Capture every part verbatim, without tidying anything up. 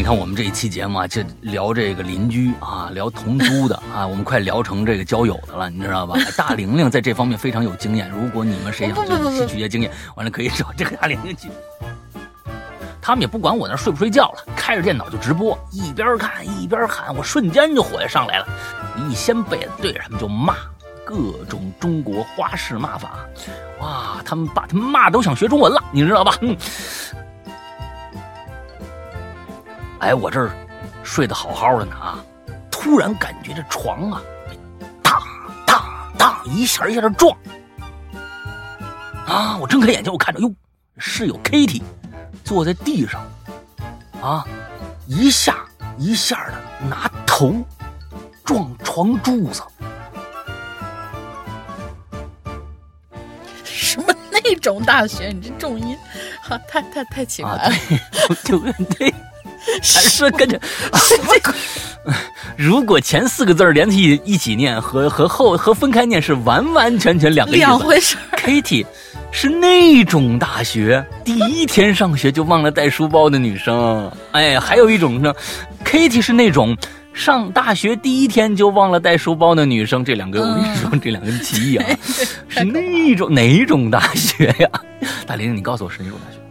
看我们这一期节目啊，就聊这个邻居啊，聊同租的啊，我们快聊成这个交友的了，你知道吧？大玲玲在这方面非常有经验，如果你们谁想吸取一些经验，完了可以找这个大玲玲去。他们也不管我那睡不睡觉了，开着电脑就直播，一边看一边喊，我瞬间就火就上来了，一掀被子对着他们就骂，各种中国花式骂法，哇，他们把他们骂都想学中文了，你知道吧？嗯。哎，我这儿睡得好好的呢啊，突然感觉这床啊，当当当一下一下的撞啊！我睁开眼睛，我看着哟，室友 Kitty 坐在地上啊，一下一下的拿头撞床柱子。 什么那种大学？你这重音，啊、太太太奇怪了。啊、 对，对对。还是跟着，如果前四个字连起一起念和和后和分开念是完完全全两个意思。 两回事。 Kitty 是那种大学第一天上学就忘了带书包的女生，哎，还有一种呢 ，Kitty 是那种上大学第一天就忘了带书包的女生。这两个、嗯、我跟你说，这两个歧义啊，是那种哪种大学呀？大玲，你告诉我是哪种大学？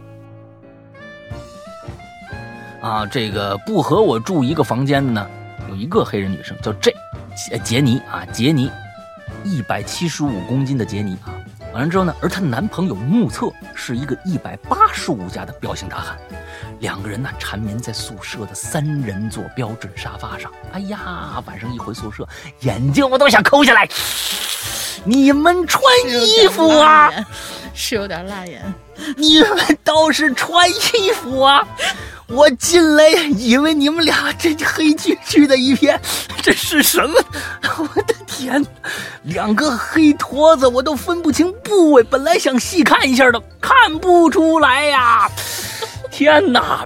啊，这个不和我住一个房间的呢，有一个黑人女生叫 J 杰尼啊，杰尼，一百七十五公斤的杰尼啊。完了之后呢，而她男朋友目测是一个一百八十五加的彪形大汉。两个人呢缠绵在宿舍的三人座标准沙发上。哎呀，晚上一回宿舍，眼睛我都想抠下来。你们穿衣服啊？ 是有点辣眼。 你们倒是穿衣服啊！我进来以为你们俩这黑黢黢的一片，这是什么？我的天，两个黑坨子我都分不清部位，本来想细看一下的，看不出来呀！天哪！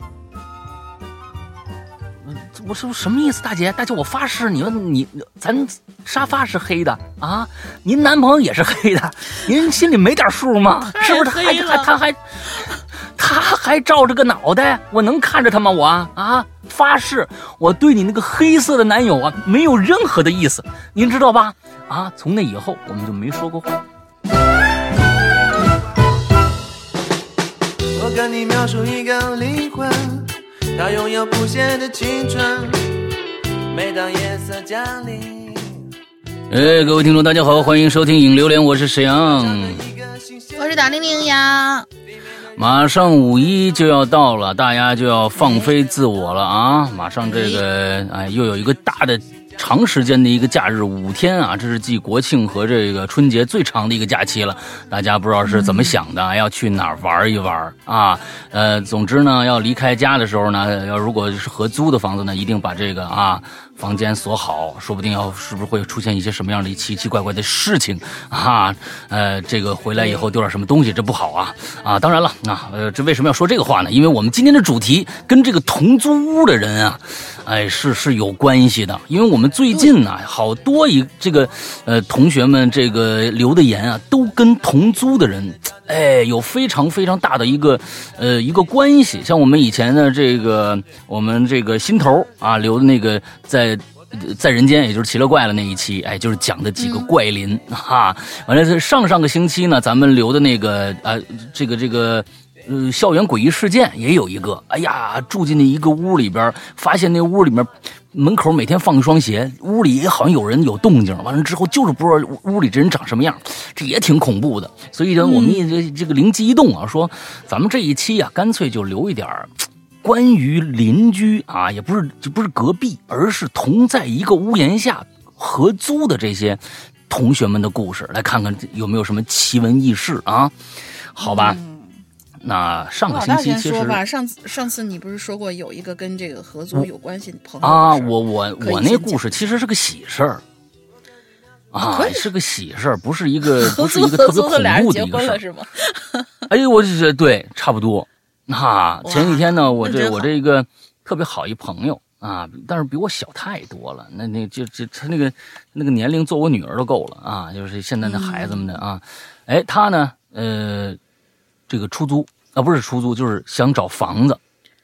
我说什么意思，大姐？大姐，我发誓，你们你咱沙发是黑的啊，您男朋友也是黑的，您心里没点数吗？是不是？他还他他还他还照着个脑袋，我能看着他吗？我啊，发誓，我对你那个黑色的男友啊，没有任何的意思，您知道吧？啊，从那以后我们就没说过话。 我跟你描述一个灵魂。他拥有不懈的青春，每当夜色降临。 哎，各位听众大家好，欢迎收听影榴莲，我是沈阳， 我是大玲玲呀。 马上五一就要到了，大家就要放飞自我了啊！马上这个哎，又有一个大的长时间的一个假日，五天啊，这是继国庆和这个春节最长的一个假期了。大家不知道是怎么想的，嗯、要去哪儿玩一玩啊？呃，总之呢，要离开家的时候呢，要如果是合租的房子呢，一定把这个啊房间锁好，说不定要是不是会出现一些什么样的奇奇怪怪的事情啊？呃，这个回来以后丢点什么东西，这不好啊！啊，当然了，啊，呃，这为什么要说这个话呢？因为我们今天的主题跟这个同租屋的人啊，哎，是是有关系的，因为我们最近呢、啊，好多一这个呃同学们这个留的言啊，都跟同租的人，哎，有非常非常大的一个呃一个关系。像我们以前的这个我们这个心头啊留的那个在。在人间，也就是奇了怪了那一期，哎，就是讲的几个怪邻、嗯、哈。完了，是上上个星期呢，咱们留的那个呃，这个这个呃，校园诡异事件也有一个。哎呀，住进那一个屋里边，发现那屋里面门口每天放一双鞋，屋里好像有人有动静。完了之后，就是不知道屋里这人长什么样，这也挺恐怖的。所以呢，我们这这个灵机一动啊，说咱们这一期啊，干脆就留一点儿。关于邻居啊，也不是就不是隔壁，而是同在一个屋檐下合租的这些同学们的故事，来看看有没有什么奇闻异事啊？好吧，嗯、那上个星期其实说吧，上次上次你不是说过有一个跟这个合租有关系的朋友啊？我我我那故事其实是个喜事儿啊，是个喜事儿，不是一个不是一个特别恐怖的一个事儿，是吗？哎，我这对差不多。哈、啊，前几天呢，我这我这个特别好一朋友啊，但是比我小太多了。那那就就他那个那个年龄做我女儿都够了啊，就是现在的孩子们的啊。哎，他呢，呃，这个出租啊，不是出租，就是想找房子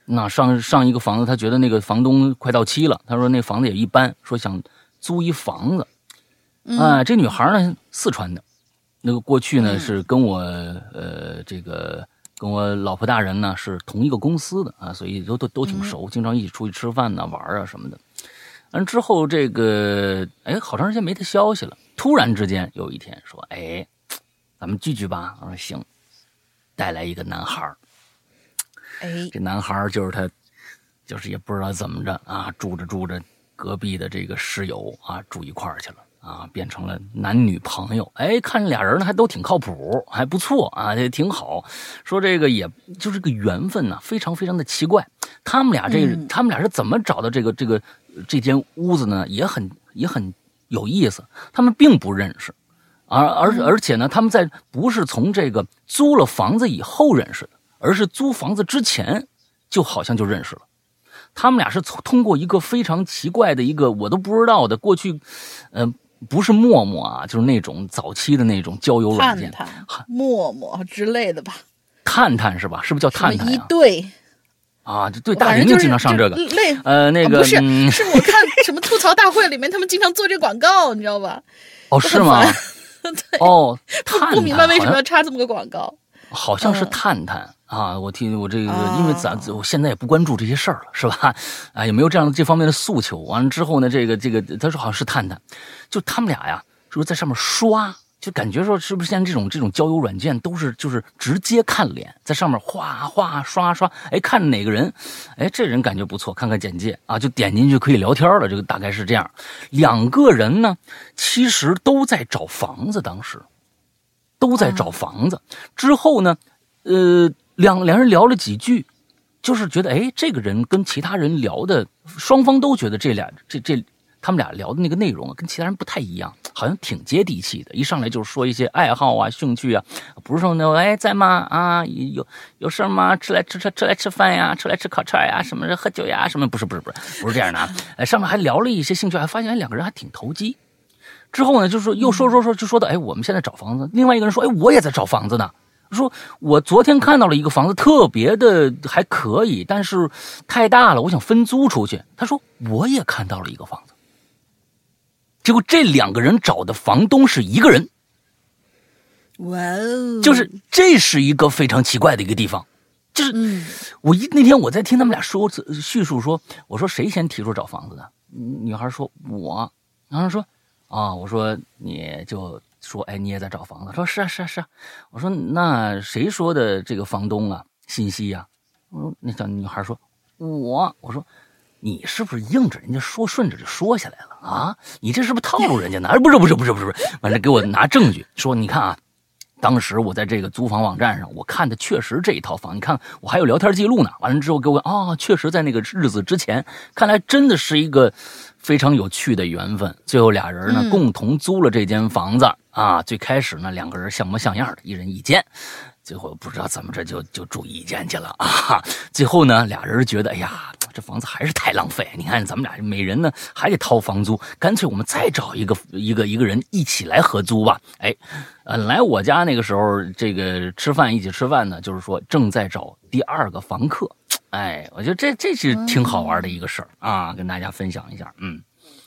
那上上一个房子，他觉得那个房东快到期了，他说那房子也一般，说想租一房子。啊、呃，这女孩呢，四川的，那个过去呢、嗯、是跟我呃这个跟我老婆大人呢是同一个公司的啊，所以都都都挺熟，经常一起出去吃饭呐、玩啊什么的。完之后这个哎，好长时间没他消息了，突然之间有一天说，哎，咱们聚聚吧。我说行，带来一个男孩。 哎， 这男孩就是他，就是也不知道怎么着啊，住着住着，隔壁的这个室友啊住一块儿去了。啊，变成了男女朋友，哎，看俩人呢还都挺靠谱，还不错啊，也挺好。说这个也就是个缘分呢、啊，非常非常的奇怪。他们俩这个，嗯、他们俩是怎么找到这个这个这间屋子呢？也很也很有意思。他们并不认识，而而而且呢，他们在不是从这个租了房子以后认识的，而是租房子之前就好像就认识了。他们俩是通过一个非常奇怪的一个我都不知道的过去，嗯、呃。不是陌陌啊，就是那种早期的那种交友软件， 探探、陌陌之类的吧。 探探是吧？是不是叫探探呀、 啊？一对啊，对，大玲玲经常上这个。 类呃，那个、 啊、不是、 嗯， 是我看什么吐槽大会里面，他们经常做这广告，你知道吧？ 哦，是吗？ 对。 哦，探探不明白为什么要插这么个广告。 好像是探探、嗯、啊，我听我这个，啊、因为咱我现在也不关注这些事儿了，是吧？啊，也没有这样的这方面的诉求。完了之后呢，这个这个，他说好像是探探，就他们俩呀，就是在上面刷，就感觉说是不是现在这种这种交友软件都是就是直接看脸，在上面哗哗刷刷，哎，看哪个人，哎，这人感觉不错，看看简介啊，就点进去可以聊天了。这个大概是这样。两个人呢，其实都在找房子，当时。都在找房子，之后呢，呃，两两人聊了几句，就是觉得，哎，这个人跟其他人聊的，双方都觉得这俩这这他们俩聊的那个内容啊，跟其他人不太一样，好像挺接地气的。一上来就是说一些爱好啊、兴趣啊，不是说那哎在吗？啊，有有事吗？吃来吃吃吃来吃饭呀，吃来吃烤串呀，什么喝酒呀，什么不是不是不是不是这样的啊。哎，上面还聊了一些兴趣，还发现哎两个人还挺投机。之后呢，就说又说说说，就说到，哎，我们现在找房子。另外一个人说，哎，我也在找房子呢。说我昨天看到了一个房子，特别的还可以，但是太大了，我想分租出去。他说我也看到了一个房子。结果这两个人找的房东是一个人。 哇哦！ 就是这是一个非常奇怪的一个地方。就是、 嗯、 我一那天我在听他们俩说叙述说，我说谁先提出找房子的？女孩说我，然后说。啊，我说你就说，哎，你也在找房子？说是啊，是啊，是啊。我说那谁说的这个房东啊，信息呀、啊？我说那小女孩说我，我说你是不是硬着人家说，顺着就说下来了啊？你这是不是套路人家呢？不是，不是，不是，不是，不是，完了给我拿证据说，你看啊。当时我在这个租房网站上，我看的确实这一套房，你看我还有聊天记录呢。完了之后给我啊、哦，确实在那个日子之前，看来真的是一个非常有趣的缘分。最后俩人呢、嗯、共同租了这间房子啊。最开始呢两个人像模像样的，一人一间，最后不知道怎么着就就住一间去了啊。最后呢俩人觉得，哎呀，这房子还是太浪费。你看咱们俩每人呢还得掏房租，干脆我们再找一个一个一个人一起来合租吧。哎。呃，来我家那个时候，这个吃饭一起吃饭呢，就是说正在找第二个房客。哎，我觉得这这是挺好玩的一个事儿、嗯、啊，跟大家分享一下。嗯，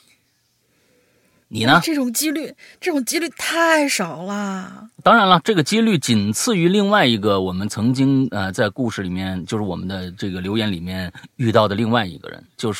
你呢？ 这种几率，这种几率太少了。 当然了，这个几率仅次于另外一个我们曾经呃在故事里面，就是我们的这个留言里面遇到的另外一个人，就是。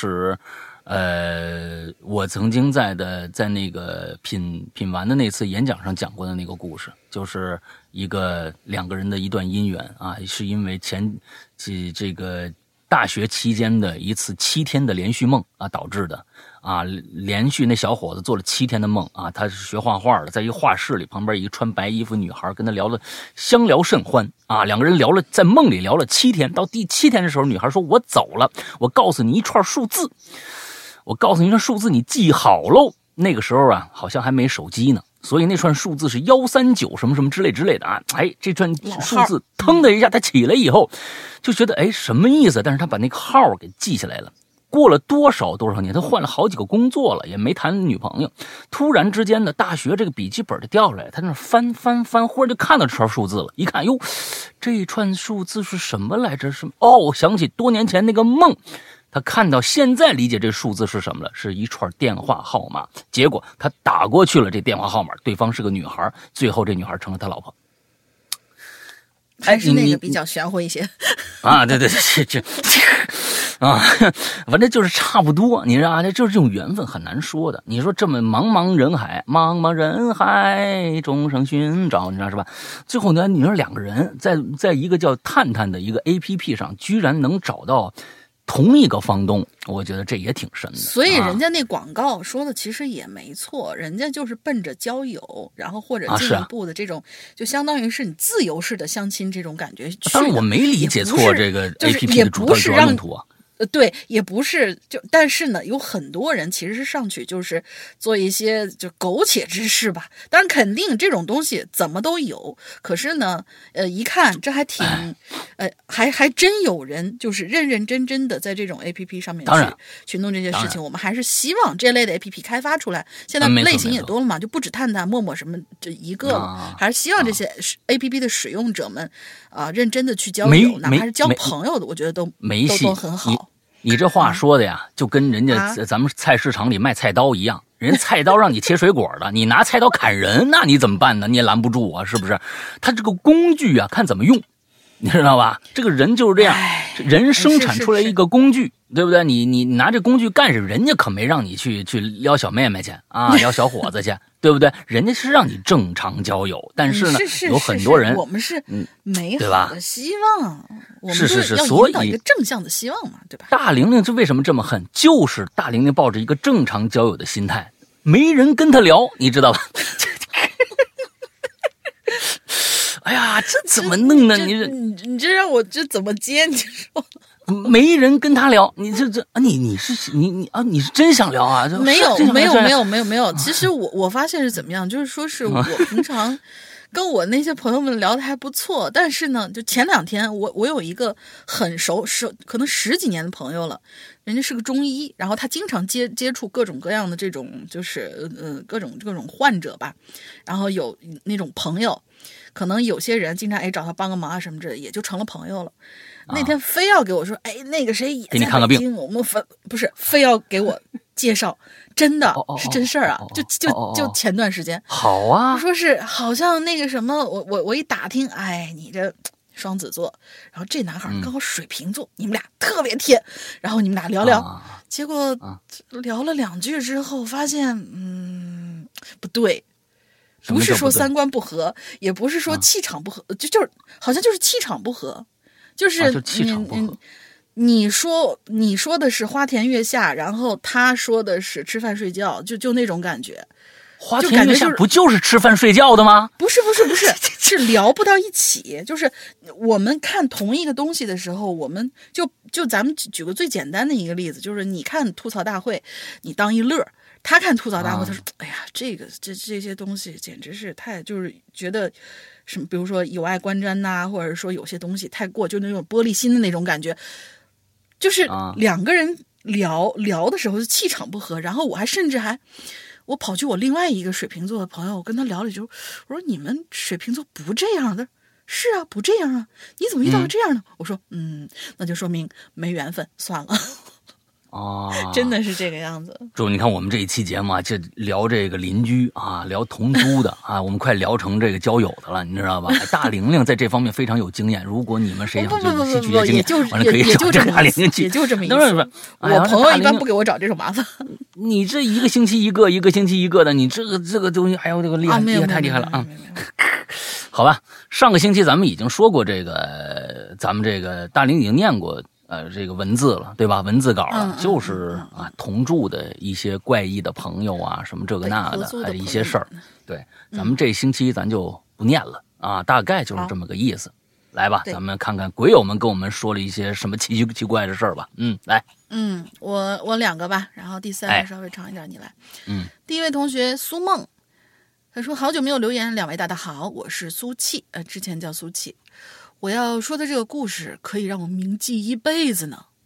呃，我曾经在的在那个品品完的那次演讲上讲过的那个故事，就是一个两个人的一段姻缘啊，是因为前这这个大学期间的一次七天的连续梦啊导致的啊，连续那小伙子做了七天的梦啊，他是学画画的，在一个画室里，旁边一个穿白衣服女孩跟他聊了相聊甚欢啊，两个人聊了在梦里聊了七天，到第七天的时候，女孩说：“我走了，我告诉你一串数字。”我告诉你，这数字你记好喽。那个时候啊，好像还没手机呢，所以那串数字是幺三九什么什么之类之类的啊。哎，这串数字腾的一下，他起来以后就觉得哎什么意思？但是他把那个号给记下来了。 过了多少多少年，他换了好几个工作了，也没谈女朋友。突然之间呢，大学这个笔记本就掉下来，他在那翻翻翻，忽然就看到这串数字了。一看，哟，这一串数字是什么来着？是哦，想起多年前那个梦。他看到现在理解这数字是什么了，是一串电话号码。结果他打过去了，这电话号码对方是个女孩，最后这女孩成了他老婆。 还是那个比较玄乎一些啊，对对对，这这啊，反正就是差不多，你知道，这就是这种缘分很难说的。你说这么茫茫人海，茫茫人海，众生寻找，你知道是吧？最后呢，你说两个人在在一个叫探探的一个 A P P 上，居然能找到同一个房东，我觉得这也挺神的。 所以人家那广告说的其实也没错，人家就是奔着交友，然后或者进一步的这种，啊啊、就相当于是你自由式的相亲这种感觉。 当然我没理解错这个 A P P 的主要用途啊。 呃，对，也不是就，但是呢，有很多人其实是上去就是做一些就苟且之事吧。当然，肯定这种东西怎么都有。可是呢，呃，一看这还挺，呃，还还真有人就是认认真真的在这种 A P P 上面去去弄这些事情。我们还是希望这类的 A P P 开发出来。现在类型也多了嘛，就不止探探、陌陌什么这一个了， 啊、 还是希望这些 A P P 的使用者们啊、呃，认真的去交友，哪怕是交朋友的，我觉得都没都都很好。 你这话说的呀，就跟人家咱们菜市场里卖菜刀一样，人菜刀让你切水果的，你拿菜刀砍人，那你怎么办呢？你也拦不住啊，是不是？他这个工具啊，看怎么用，你知道吧？这个人就是这样，人生产出来一个工具，对不对？你你拿这工具干什么？人家可没让你去去撩小妹妹去啊，撩小伙子去，对不对？人家是让你正常交友，但是呢， 是是有很多人， 我们是美好的希望，我们是是是， 要所以引导一个正向的希望嘛，对吧？ 大玲玲这为什么这么恨？就是大玲玲抱着一个正常交友的心态，没人跟他聊，你知道吧？哎呀，这怎么弄呢？你这你你这让我这怎么接？你说没人跟他聊，你这这啊，你你是你你啊，你是真想聊啊？ 没有没有没有没有没有，其实我我发现是怎么样，就是说是我平常跟我那些朋友们聊的还不错，但是呢，就前两天我我有一个很熟是可能十几年的朋友了，人家是个中医，然后他经常接接触各种各样的这种就是呃各种各种患者吧，然后有那种朋友。可能有些人经常哎找他帮个忙啊什么之类的，也就成了朋友了。啊、那天非要给我说，哎，那个谁也在北京，我们分不是非要给我介绍，真的、哦、是真事儿啊！哦、就就、哦、就前段时间， 好啊， 说是好像那个什么，我我我一打听，哎，你这双子座，然后这男孩刚好水瓶座，嗯、你们俩特别甜，然后你们俩聊聊，啊、结果、啊、聊了两句之后，发现嗯不对。不是说三观不合，也不是说气场不合，啊、就就是好像就是气场不合，就是、 啊、就气场不合。 你, 你说你说的是花前月下，然后他说的是吃饭睡觉，就就那种感觉。 花前月下不就是吃饭睡觉的吗？ 不是不是不是，是聊不到一起。就是我们看同一个东西的时候，我们就就咱们举个最简单的一个例子，就是你看吐槽大会，你当一乐。他看吐槽大会，他说：“哎呀，这个这这些东西简直是太，就是觉得什么，比如说有碍观瞻呐、啊，或者说有些东西太过，就那种玻璃心的那种感觉。就是两个人聊聊的时候，气场不合。然后我还甚至还，我跑去我另外一个水瓶座的朋友，我跟他聊了一句，我说你们水瓶座不这样的。”是啊，不这样啊，你怎么遇到这样呢？嗯、我说，嗯，那就说明没缘分，算了。 哦， 真的是这个样子。 就你看我们这一期节目啊，就聊这个邻居啊，聊同租的啊，我们快聊成这个交友的了，你知道吧？大玲玲在这方面非常有经验，如果你们谁想就吸取经验，完了可以找这个大玲玲去。 也就这么一次。 当然是， 哎、我朋友一般不给我找这种麻烦。 你这一个星期一个，一个星期一个的，你这个这个东西，还有这个厉害，厉害太厉害了啊！好吧，上个星期咱们已经说过这个，咱们这个大玲已经念过。呃，这个文字了，对吧？文字稿了， 嗯、 就是啊，同住的一些怪异的朋友啊，什么这个那的，的一些事儿。对，咱们这星期咱就不念了、嗯、啊，大概就是这么个意思。来吧，咱们看看鬼友们跟我们说了一些什么奇奇怪的事儿吧。嗯，来， 嗯，我我两个吧，然后第三个稍微长一点，你来。 嗯， 第一位同学苏梦，他说好久没有留言，两位大大好，我是苏气，呃，之前叫苏气。我要说的这个故事可以让我铭记一辈子呢。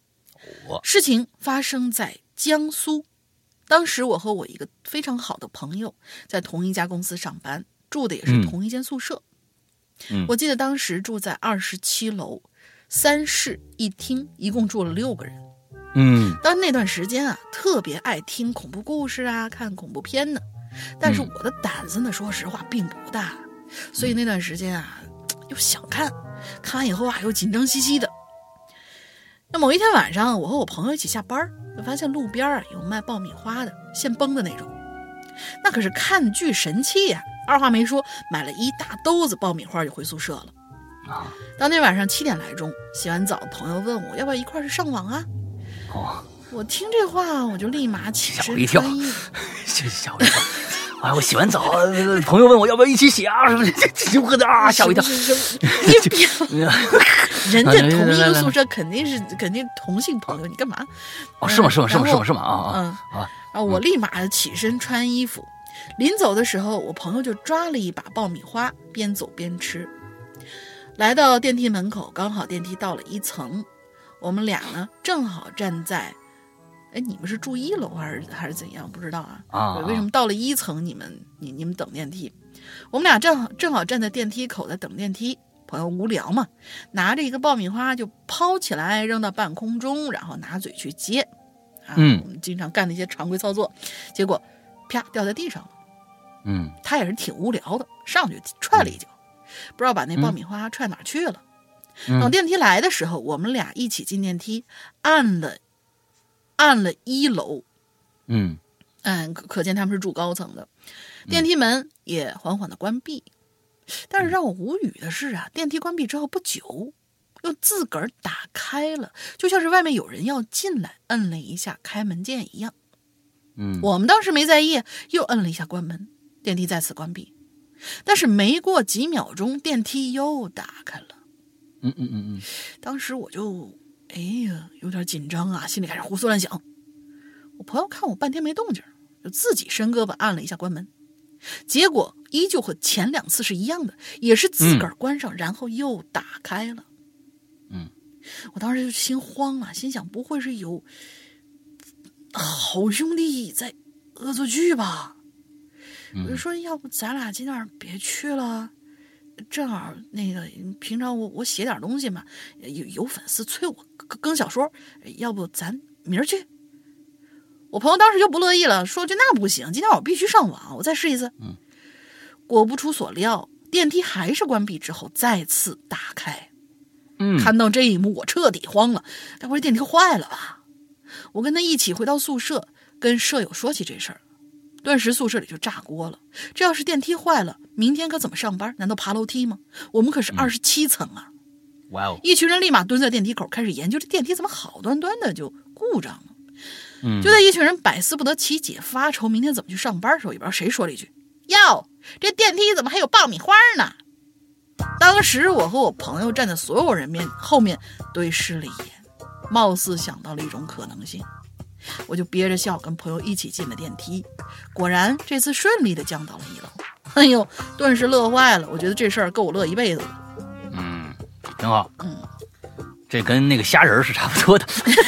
事情发生在江苏，当时我和我一个非常好的朋友在同一家公司上班，住的也是同一间宿舍。 嗯， 我记得当时住在二十七楼，三室一厅，一共住了六个人。 嗯， 当那段时间啊，特别爱听恐怖故事啊，看恐怖片呢。但是我的胆子呢，说实话并不大，所以那段时间啊，又想看，看完以后啊，又紧张兮兮的。那某一天晚上，我和我朋友一起下班，就发现路边啊有卖爆米花的，现崩的那种，那可是看剧神器呀、啊！二话没说，买了一大兜子爆米花就回宿舍了。 啊， 当天晚上七点来钟，洗完澡，朋友问我要不要一块儿去上网啊？ 哦， 我听这话，我就立马起身吓我一跳穿衣服。 吓我一跳！哎，我洗完澡，朋友问我要不要一起洗啊？什么？就喝的啊，吓我一跳！ 你别，人家同一个宿舍肯定是肯定同性朋友，你干嘛？ 哦，是吗？是吗？是吗？是吗？是吗？啊啊嗯啊！ 然后我立马起身穿衣服，临走的时候，我朋友就抓了一把爆米花，边走边吃。来到电梯门口，刚好电梯到了一层，我们俩呢正好站在，哎，你们是住一楼还是还是怎样？不知道啊。 啊， 为什么到了一层你们你你们等电梯？我们俩正好正好站在电梯口在等电梯。朋友无聊嘛，拿着一个爆米花就抛起来扔到半空中，然后拿嘴去接。啊， 嗯， 我们经常干的一些常规操作，结果啪掉在地上了。 嗯， 他也是挺无聊的，上去踹了一脚，嗯、不知道把那爆米花踹哪儿去了。嗯、等电梯来的时候，我们俩一起进电梯，按了按了一楼。 嗯嗯，可可见他们是住高层的。电梯门也缓缓的关闭。但是让我无语的是啊，电梯关闭之后不久，又自个儿打开了，就像是外面有人要进来，摁了一下开门键一样。 嗯， 我们当时没在意，又摁了一下关门，电梯再次关闭。但是没过几秒钟，电梯又打开了。 嗯嗯嗯嗯， 当时我就哎呀有点紧张啊，心里开始胡思乱想。我朋友看我半天没动静，就自己伸胳膊按了一下关门。结果依旧和前两次是一样的，也是自个儿关上、嗯、然后又打开了。 嗯， 我当时就心慌了，心想不会是有好兄弟在恶作剧吧、嗯、我就说要不咱俩今晚别去了，正好那个平常我我写点东西嘛，有有粉丝催我更小说，要不咱明儿去。我朋友当时就不乐意了，说句那不行，今天我必须上网，我再试一次。 嗯， 果不出所料，电梯还是关闭之后再次打开。 嗯， 看到这一幕，我彻底慌了，该不会电梯坏了吧？我跟他一起回到宿舍，跟舍友说起这事儿，顿时宿舍里就炸锅了。这要是电梯坏了，明天可怎么上班？难道爬楼梯吗？我们可是二十七层啊！ 哇哦！ 一群人立马蹲在电梯口，开始研究这电梯怎么好端端的就故障了。 嗯， 就在一群人百思不得其解、发愁明天怎么去上班的时候，也不知道谁说了一句：“哟，这电梯怎么还有爆米花呢？”当时我和我朋友站在所有人面后面对视了一眼，貌似想到了一种可能性。我就憋着笑跟朋友一起进了电梯，果然这次顺利的降到了一楼。哎呦，顿时乐坏了，我觉得这事儿够我乐一辈子了。 嗯，挺好。 嗯， 这跟那个虾仁是差不多的。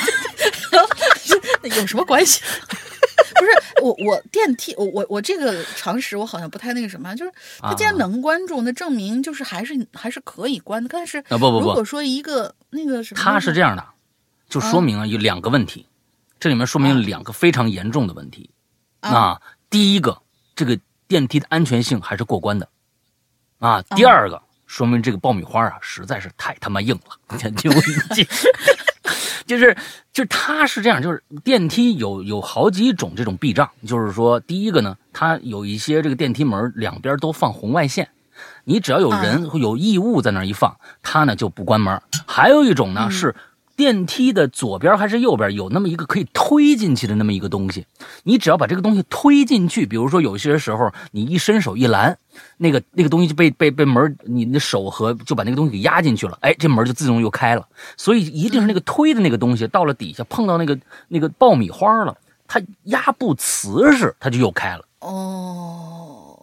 有什么关系？不是我，我电梯，我我我这个常识我好像不太那个什么，就是它既然能关住，那证明就是还是还是可以关的。但是啊不不不， 如果说一个那个什么， 它是这样的，就说明啊有两个问题，这里面说明两个非常严重的问题。 啊， 啊第一个，这个电梯的安全性还是过关的啊。第二个，说明这个爆米花啊实在是太他妈硬了，就就是，就是它是这样，就是电梯有有好几种这种避障，就是说，第一个呢，它有一些这个电梯门两边都放红外线，你只要有人或有异物在那儿一放，它呢就不关门。还有一种呢、嗯、是电梯的左边还是右边有那么一个可以推进去的那么一个东西，你只要把这个东西推进去，比如说有些时候你一伸手一拦，那个那个东西就被被被门，你的手和就把那个东西给压进去了，哎，这门就自动又开了。所以一定是那个推的那个东西到了底下碰到那个那个爆米花了，它压不瓷实，它就又开了。 哦，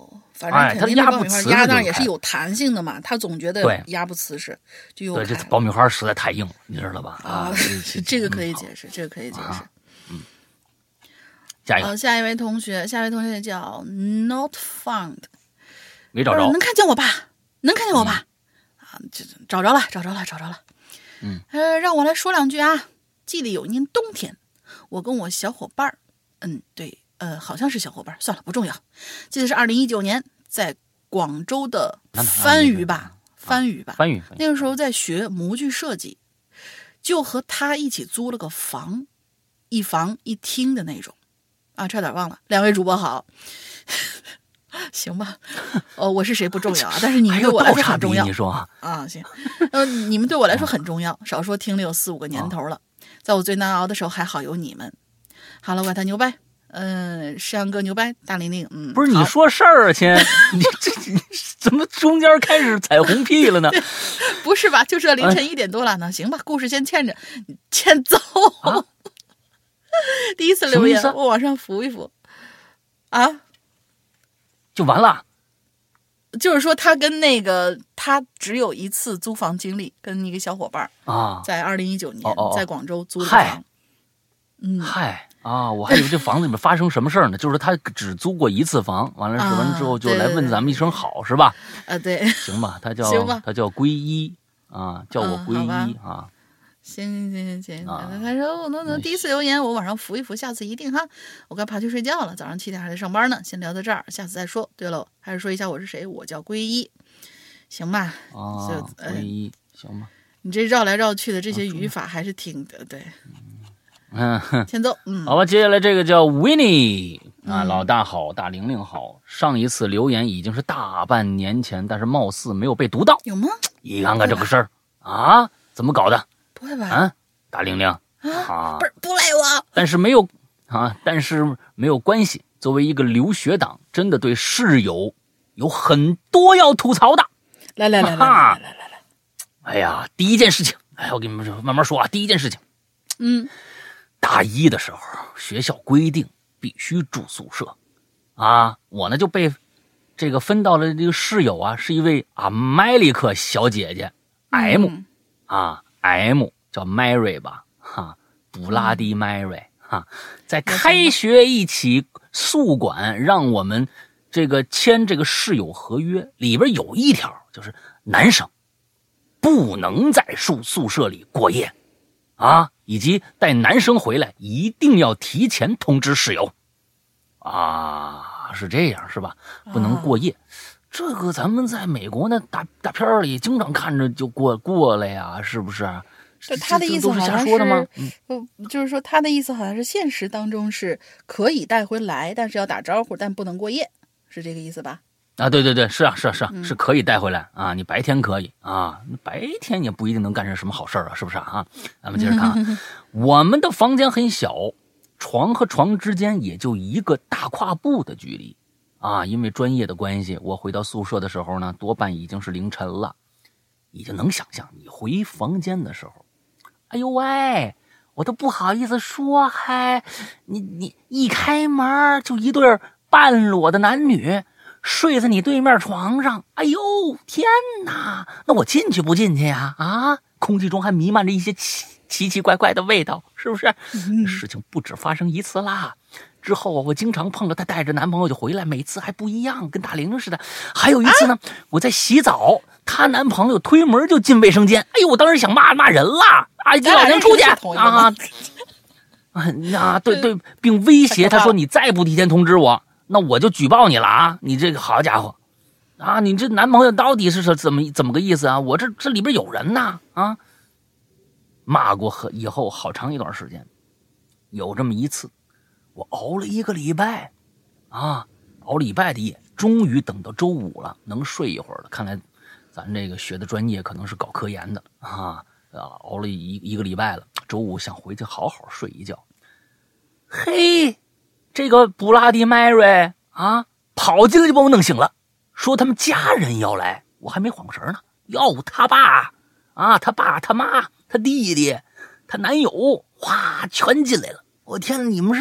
反正肯定哎它压爆米花不瓷实压那儿也就开是有弹性的嘛，他总觉得对压不瓷实，就又对，这开了爆米花实在太硬了，你知道吧？ 啊， 这这个可以嗯解释，这个可以解释。 啊下一个呃，下一位同学，下一位同学叫 Not Found， 没找着， 不是能看见我吧？能看见我吧？啊，这找着了，找着了，找着了。 嗯， 呃，让我来说两句啊。记得有一年冬天，我跟我小伙伴儿，嗯，对，呃，好像是小伙伴儿，算了，不重要。记得是二零一九年，在广州的番禺吧，番禺吧， 番禺， 那个时候在学模具设计，就和他一起租了个房，一房一厅的那种。啊，差点忘了，两位主播好。行吧，哦，我是谁不重要啊，但是你们对我来说很重要。 你说啊， 啊，行，呃，你们对我来说很重要，少说听了有四五个年头了，在我最难熬的时候，还好有你们。好了，怪他牛掰，嗯、呃，石阳哥牛掰，大玲玲，嗯， 不是你说事儿啊，亲，你这你怎么中间开始彩虹屁了呢？ 不是吧？就是凌晨一点多了呢，行吧，故事先欠着，欠走。 啊、 第一次留言，我往上扶一扶，啊。 就完了， 就是说他跟那个他只有一次租房经历，跟一个小伙伴啊， 在二零一九年哦哦在广州租的房。嗯， 嗨啊，我还以为这房子里面发生什么事儿呢，就是他只租过一次房，完了是完之后就来问咱们一声好，是吧？ 啊，对， 行吧，他叫行吧他叫皈依啊，叫我皈依、 嗯、 啊。 行行行行， 啊、 他说那那第一次留言我晚上扶一扶，下次一定哈。我该爬去睡觉了，早上七点还得上班呢。先聊到这儿，下次再说。对了，还是说一下我是谁，我叫皈依，行吧？ 啊，皈依，行吧？ 你这绕来绕去的这些语法还是挺的，对。 嗯， 欠揍。嗯， 好吧，接下来这个叫 Winnie 啊，老大好，大玲玲好。上一次留言已经是大半年前，但是貌似没有被读到， 有吗？ 你看看这个事儿啊，怎么搞的？ 不会吧？ 啊，大玲玲啊， 不是不赖我， 但是没有啊，但是没有关系。作为一个留学党，真的对室友有很多要吐槽的。 来来来来来来来来， 哎呀，第一件事情，哎，我跟你们慢慢说啊。第一件事情， 嗯， 大一的时候，学校规定必须住宿舍啊，我呢就被这个分到了这个室友啊，是一位啊麦利克小姐姐 M、嗯、啊。M 叫 Mary 吧，哈，布拉迪 Mary 哈，在开学一起宿管，让我们这个签这个室友合约，里边有一条就是男生不能在宿宿舍里过夜啊，以及带男生回来一定要提前通知室友啊，是这样是吧？不能过夜。啊，这个咱们在美国那大大片里经常看着就过过了呀，是不是？ 就他的意思好像是， 是瞎说的吗？ 嗯，就是说他的意思好像是现实当中是可以带回来，但是要打招呼，但不能过夜，是这个意思吧？ 啊，对对对，是啊是啊是啊， 嗯、 是可以带回来啊，你白天可以啊，白天也不一定能干成什么好事啊，是不是啊？咱们接着看啊，我们的房间很小，床和床之间也就一个大跨步的距离。啊，因为专业的关系，我回到宿舍的时候呢，多半已经是凌晨了。你就能想象，你回房间的时候，哎呦喂，我都不好意思说，嗨，你你一开门就一对半裸的男女睡在你对面床上，哎呦天哪，那我进去不进去呀？啊，空气中还弥漫着一些奇奇奇怪怪的味道，是不是？嗯、事情不止发生一次啦。之后啊，我经常碰着她带着男朋友就回来，每次还不一样，跟大玲似的。还有一次呢，啊、我在洗澡，她男朋友推门就进卫生间，哎呦，我当时想骂骂人了啊！你老娘出去啊！啊，对对，并威胁他说：“你再不提前通知我，那我就举报你了啊！你这个好家伙啊！你这男朋友到底是怎么怎么个意思啊？我这这里边有人呐啊！”骂过和以后好长一段时间，有这么一次。我熬了一个礼拜，啊，熬礼拜的夜，终于等到周五了，能睡一会儿了。看来咱这个学的专业可能是搞科研的啊，啊，熬了一一个礼拜了，周五想回去好好睡一觉。嘿，这个布拉迪迈瑞啊，跑进来就把我弄醒了，说他们家人要来，我还没缓过神呢。哟，他爸啊，他爸、他妈、他弟弟、他男友，哗，全进来了。我天，你们是要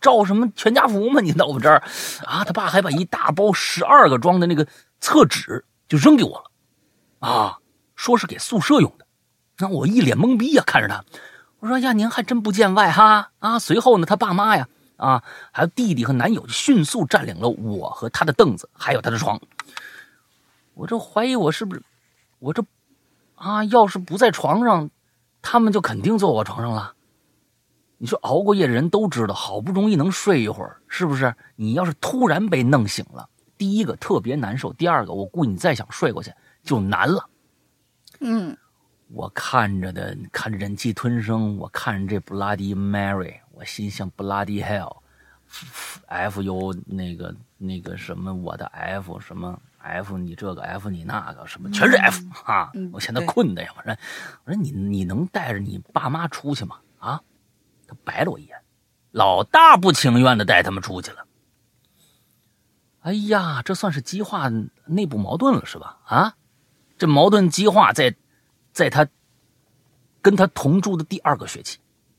照什么全家福吗？你到我这儿啊？他爸还把一大包十二个装的那个厕纸就扔给我了啊，说是给宿舍用的。那我一脸懵逼呀、啊，看着他，我说呀，您还真不见外哈啊！随后呢，他爸妈呀啊，还有弟弟和男友迅速占领了我和他的凳子，还有他的床。我这怀疑我是不是我这啊，要是不在床上，他们就肯定坐我床上了。你说熬过夜的人都知道，好不容易能睡一会儿，是不是？你要是突然被弄醒了，第一个特别难受，第二个我估计你再想睡过去就难了。 嗯， 我看着的，看着忍气吞声，我看着这 Bloody Mary， 我心想 Bloody Hell，F 有那个那个什么我的 F 什么 F 你这个 F 你那个什么全是 F、嗯、啊！我现在困的呀，我说我说你你能带着你爸妈出去吗？啊！他白了我一眼，老大不情愿的带他们出去了。哎呀，这算是激化内部矛盾了是吧？啊，这矛盾激化在在他跟他同住的第二个学期。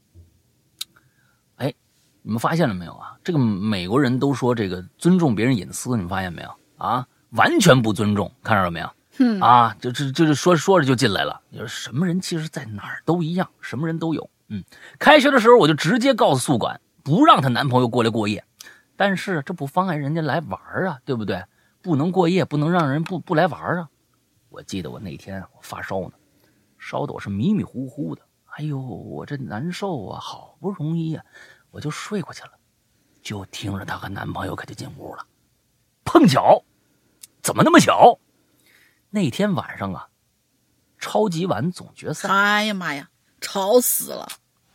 哎，你们发现了没有啊？这个美国人都说这个尊重别人隐私，你们发现没有啊？完全不尊重，看着了没有？ 嗯啊，就就就是说说着就进来了。就是什么人其实在哪儿都一样，什么人都有。嗯，开学的时候我就直接告诉宿管，不让她男朋友过来过夜。但是这不妨碍人家来玩啊，对不对？不能过夜，不能让人不不来玩啊。我记得我那天我发烧呢，烧得我是迷迷糊糊的。哎呦，我这难受啊，好不容易呀、啊，我就睡过去了。就听着她和男朋友可就进屋了。碰巧，怎么那么巧？那天晚上啊，超级碗总决赛。 哎呀妈呀！吵死了！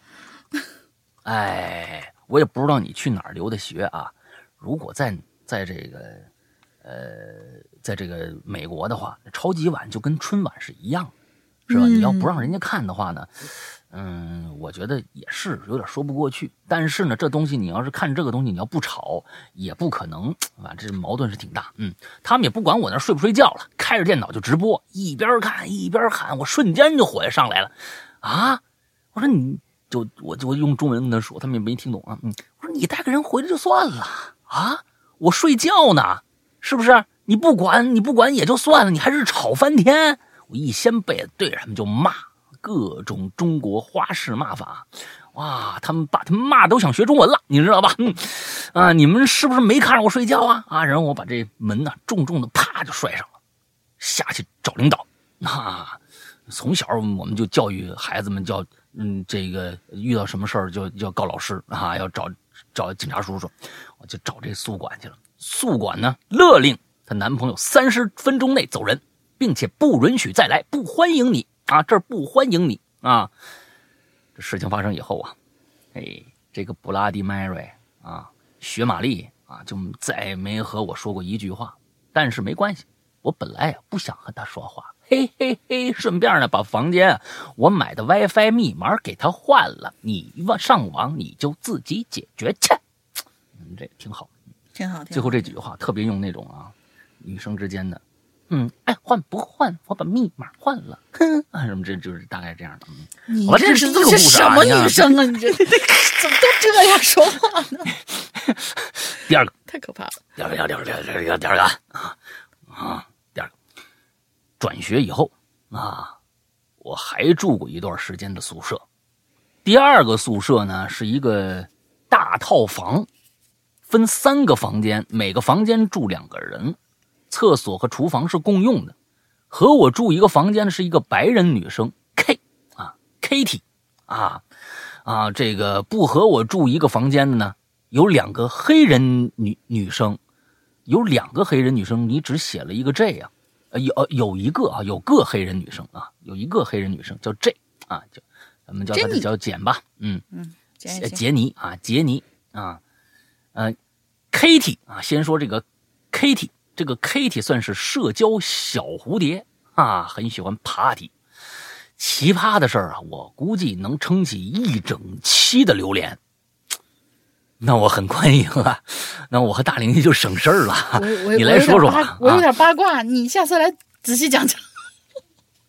哎，我也不知道你去哪儿留的学啊。如果在在这个呃，在这个美国的话，超级碗就跟春晚是一样的，是吧？嗯、你要不让人家看的话呢，嗯，我觉得也是有点说不过去。但是呢，这东西你要是看这个东西，你要不吵也不可能啊，这矛盾是挺大。嗯，他们也不管我那睡不睡觉了，开着电脑就直播，一边看一边喊，我瞬间就火上来了。啊！我说你就我就用中文跟他说，他们也没听懂啊。嗯，我说你带个人回来就算了啊，我睡觉呢，是不是？你不管你不管也就算了，你还是吵翻天。我一掀被子对着他们就骂，各种中国花式骂法。哇，他们把他们骂都想学中文了，你知道吧？嗯啊，你们是不是没看着我睡觉啊？啊，然后我把这门呢重重的啪就摔上了，下去找领导啊。从小我们就教育孩子们叫，嗯，这个遇到什么事儿就要告老师啊，要找找警察叔叔。我就找这宿管去了。宿管呢勒令她男朋友三十分钟内走人，并且不允许再来，不欢迎你啊，这儿不欢迎你啊。这事情发生以后啊，哎，这个布拉迪迈瑞啊，雪玛丽啊，就再没和我说过一句话。但是没关系，我本来啊不想和他说话。嘿嘿嘿，顺便呢把房间我买的 WiFi 密码给他换了，你上网你就自己解决去。嗯，这个挺好， 挺好。 最后这几句话特别用那种啊，女生之间的，嗯，哎，换不换？我把密码换了，哼，啊，什么这就是大概这样的。嗯， 你我这是这是什么女生啊？你这怎么都这样说话呢？ 第二个太可怕了。 第二个，第二个，第二个，第二个啊啊！转学以后啊，我还住过一段时间的宿舍。第二个宿舍呢是一个大套房，分三个房间，每个房间住两个人，厕所和厨房是共用的。和我住一个房间的是一个白人女生 K 啊 Katie 啊啊，这个不和我住一个房间的呢有两个黑人女女生，有两个黑人女生，你只写了一个 J 啊。呃，有有一个啊，有个黑人女生啊，有一个黑人女生叫 J 啊，叫咱们叫她叫简吧，嗯嗯， 杰杰尼啊，杰尼啊，呃 ，Katie 啊，先说这个 Katie， 这个 Katie 算是社交小蝴蝶啊，很喜欢 party， 奇葩的事儿啊，我估计能撑起一整期的榴莲。那我很欢迎啊，那我和大玲就省事儿了。 我我你来说说吧， 我有点八卦，啊、你下次来仔细讲讲。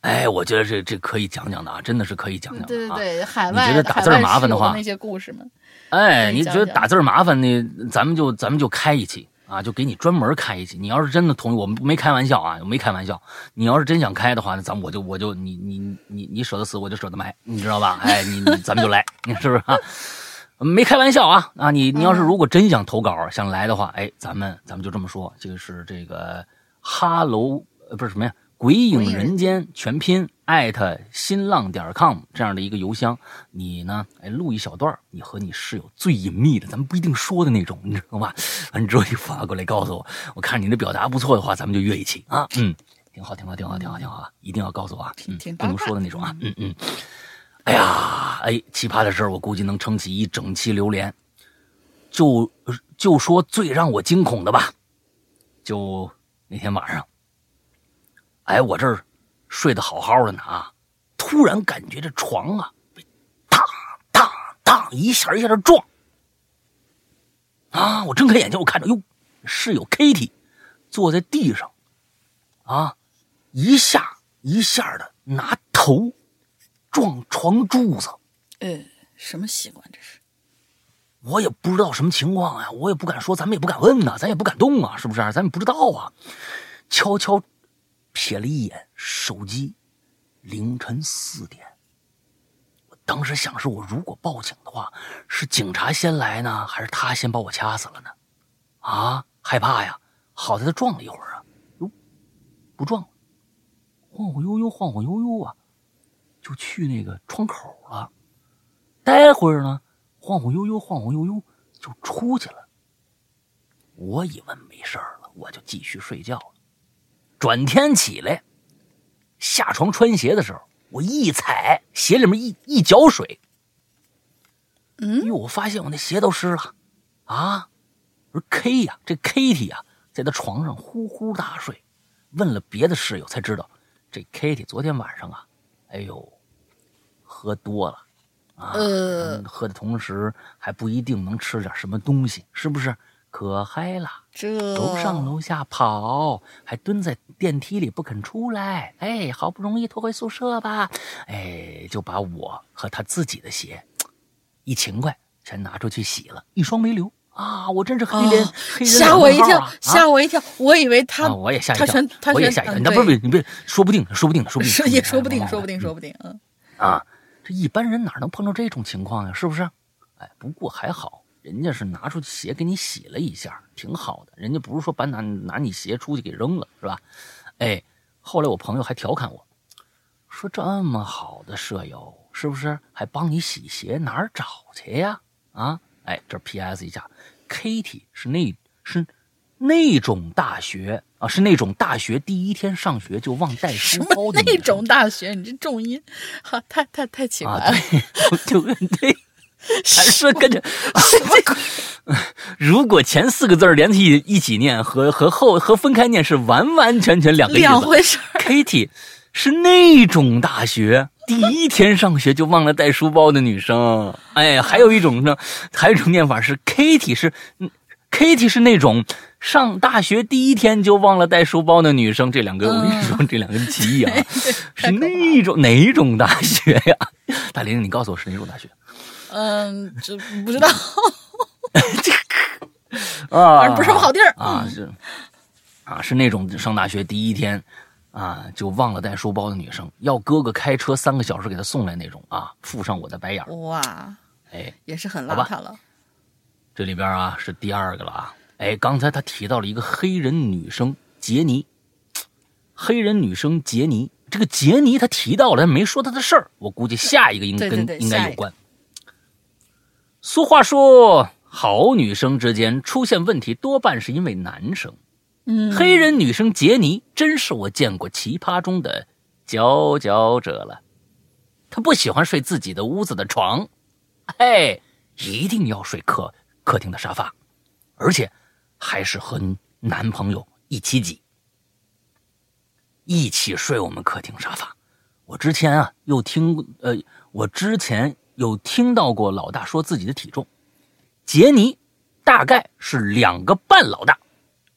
哎，我觉得这这可以讲讲的啊，真的是可以讲讲的啊。 对对对，海外你觉得打字麻烦的话， 那些故事们， 哎，你觉得打字麻烦呢？咱们就咱们就开一期啊，就给你专门开一期。你要是真的同意，我们没开玩笑啊，我没开玩笑。你要是真想开的话，那咱们我就我就你你你你舍得死，我就舍得埋，你知道吧？哎，你你咱们就来，你是不是啊？没开玩笑啊啊！你你要是如果真想投稿想来的话，哎，咱们咱们就这么说，这个是这个哈喽呃不是什么呀？鬼影人间全拼艾特新浪点 com 这样的一个邮箱，你呢，哎，录一小段，你和你室友最隐秘的，咱们不一定说的那种，你知道吧？完之后你发过来告诉我，我看你的表达不错的话，咱们就约一起啊，嗯，挺好，挺好，挺好，挺好，挺好啊，一定要告诉我啊，嗯，不能说的那种啊，嗯嗯。哎呀，哎，奇葩的事儿，我估计能撑起一整期榴莲。就就说最让我惊恐的吧，就那天晚上。哎，我这儿睡得好好的呢啊，突然感觉这床啊被当当当一下一下的撞啊！我睁开眼睛，我看着哟，室友 Kitty 坐在地上啊，一下一下的拿头撞床柱子。 呃，什么习惯这是？ 我也不知道什么情况呀、啊，我也不敢说，咱们也不敢问呐、啊，咱也不敢动啊，是不是？咱也不知道啊，悄悄。瞥了一眼手机，凌晨四点。我当时想，是我如果报警的话，是警察先来呢，还是他先把我掐死了呢？啊，害怕呀！好在他撞了一会儿啊，哟，不撞了，晃晃悠悠，晃晃悠悠啊，就去那个窗口了。待会儿呢，晃晃悠悠，晃晃悠悠就出去了。我以为没事了，我就继续睡觉了。转天起来，下床穿鞋的时候，我一踩鞋里面一一搅水， 嗯， 哟，我发现我那鞋都湿了，啊！我说 K 呀、啊，这 Kitty 呀、啊，在他床上呼呼大睡。问了别的室友才知道，这 Kitty 昨天晚上啊，哎呦，喝多了啊， 呃， 喝的同时还不一定能吃点什么东西，是不是？可嗨了， 这楼上楼下跑，还蹲在电梯里不肯出来。哎，好不容易拖回宿舍吧，哎，就把我和他自己的鞋一勤快全拿出去洗了，一双没留啊！我真是黑人， 哦、 黑人、啊、 吓我一跳，吓我一跳，我以为他， 啊、我也吓一跳， 他全他全我也吓一跳。那、嗯、不是你别说不定，说不定，说不定， 也说不定，说不定，说不定，嗯啊，这一般人哪能碰到这种情况呀？是不是？哎，不过还好。人家是拿出鞋给你洗了一下，挺好的。人家不是说把拿拿你鞋出去给扔了，是吧？哎，后来我朋友还调侃我，说这么好的舍友，是不是还帮你洗鞋？哪儿找去呀？啊，哎，这 P S 一下 ，Kitty 是那是那种大学啊，是那种大学第一天上学就忘带书包的那种大学，你这重音，哈，太太太奇怪了， 啊、对，对对。还是跟着，如果前四个字连起一起念和和后和分开念是完完全全两个意思。 两回事。 Kitty 是那种大学第一天上学就忘了带书包的女生。哎，还有一种呢，还有一种念法是 Kitty 是 Kitty 是那种上大学第一天就忘了带书包的女生。这两个、嗯、我跟你说，这两个歧义啊，是那种哪种大学呀？大玲，你告诉我是哪种大学？ 嗯，这不知道， 这个啊， 反正不是什么好地儿啊，是啊，是那种上大学第一天啊就忘了带书包的女生，要哥哥开车三个小时给她送来那种啊，附上我的白眼。 哇， 哎， 也是很邋遢了。 这里边啊是第二个了啊，哎，刚才他提到了一个黑人女生杰尼，黑人女生杰尼，这个杰尼他提到了，但没说他的事儿，我估计下一个应跟对对对应该有关。俗话说，好女生之间出现问题多半是因为男生。 嗯， 黑人女生杰尼真是我见过奇葩中的佼佼者了。她不喜欢睡自己的屋子的床，哎，一定要睡客客厅的沙发，而且还是和男朋友一起挤，一起睡我们客厅沙发。我之前啊，又听呃，我之前。有听到过老大说自己的体重，杰尼大概是两个半老大，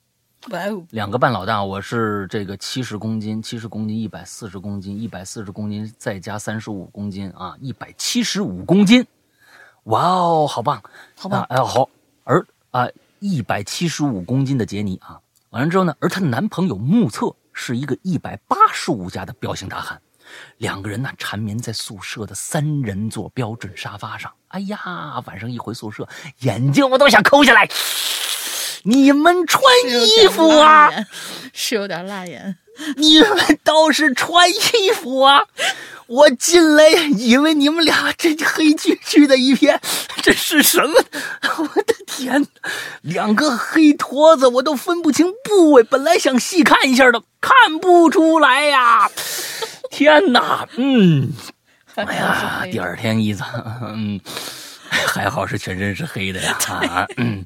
哇哦， 两个半老大，我是这个七十公斤，七十公斤，一百四十公斤，一百四十公斤再加三十五公斤啊，一百七十五公斤，哇哦，好棒， 好棒， 哎、啊，好，而啊，一百七十五公斤的杰尼啊，完了之后呢，而她的男朋友目测是一个一百八十五加的彪形大汉，两个人呢缠绵在宿舍的三人座标准沙发上，哎呀，晚上一回宿舍，眼睛我都想抠下来。你们穿衣服啊， 是有点辣眼。 你们倒是穿衣服啊！我进来以为你们俩这黑黢黢的一片，这是什么？我的天，两个黑坨子，我都分不清部位。本来想细看一下的，看不出来呀！天哪，嗯，哎呀，第二天一早，嗯，还好是全身是黑的呀，啊，嗯。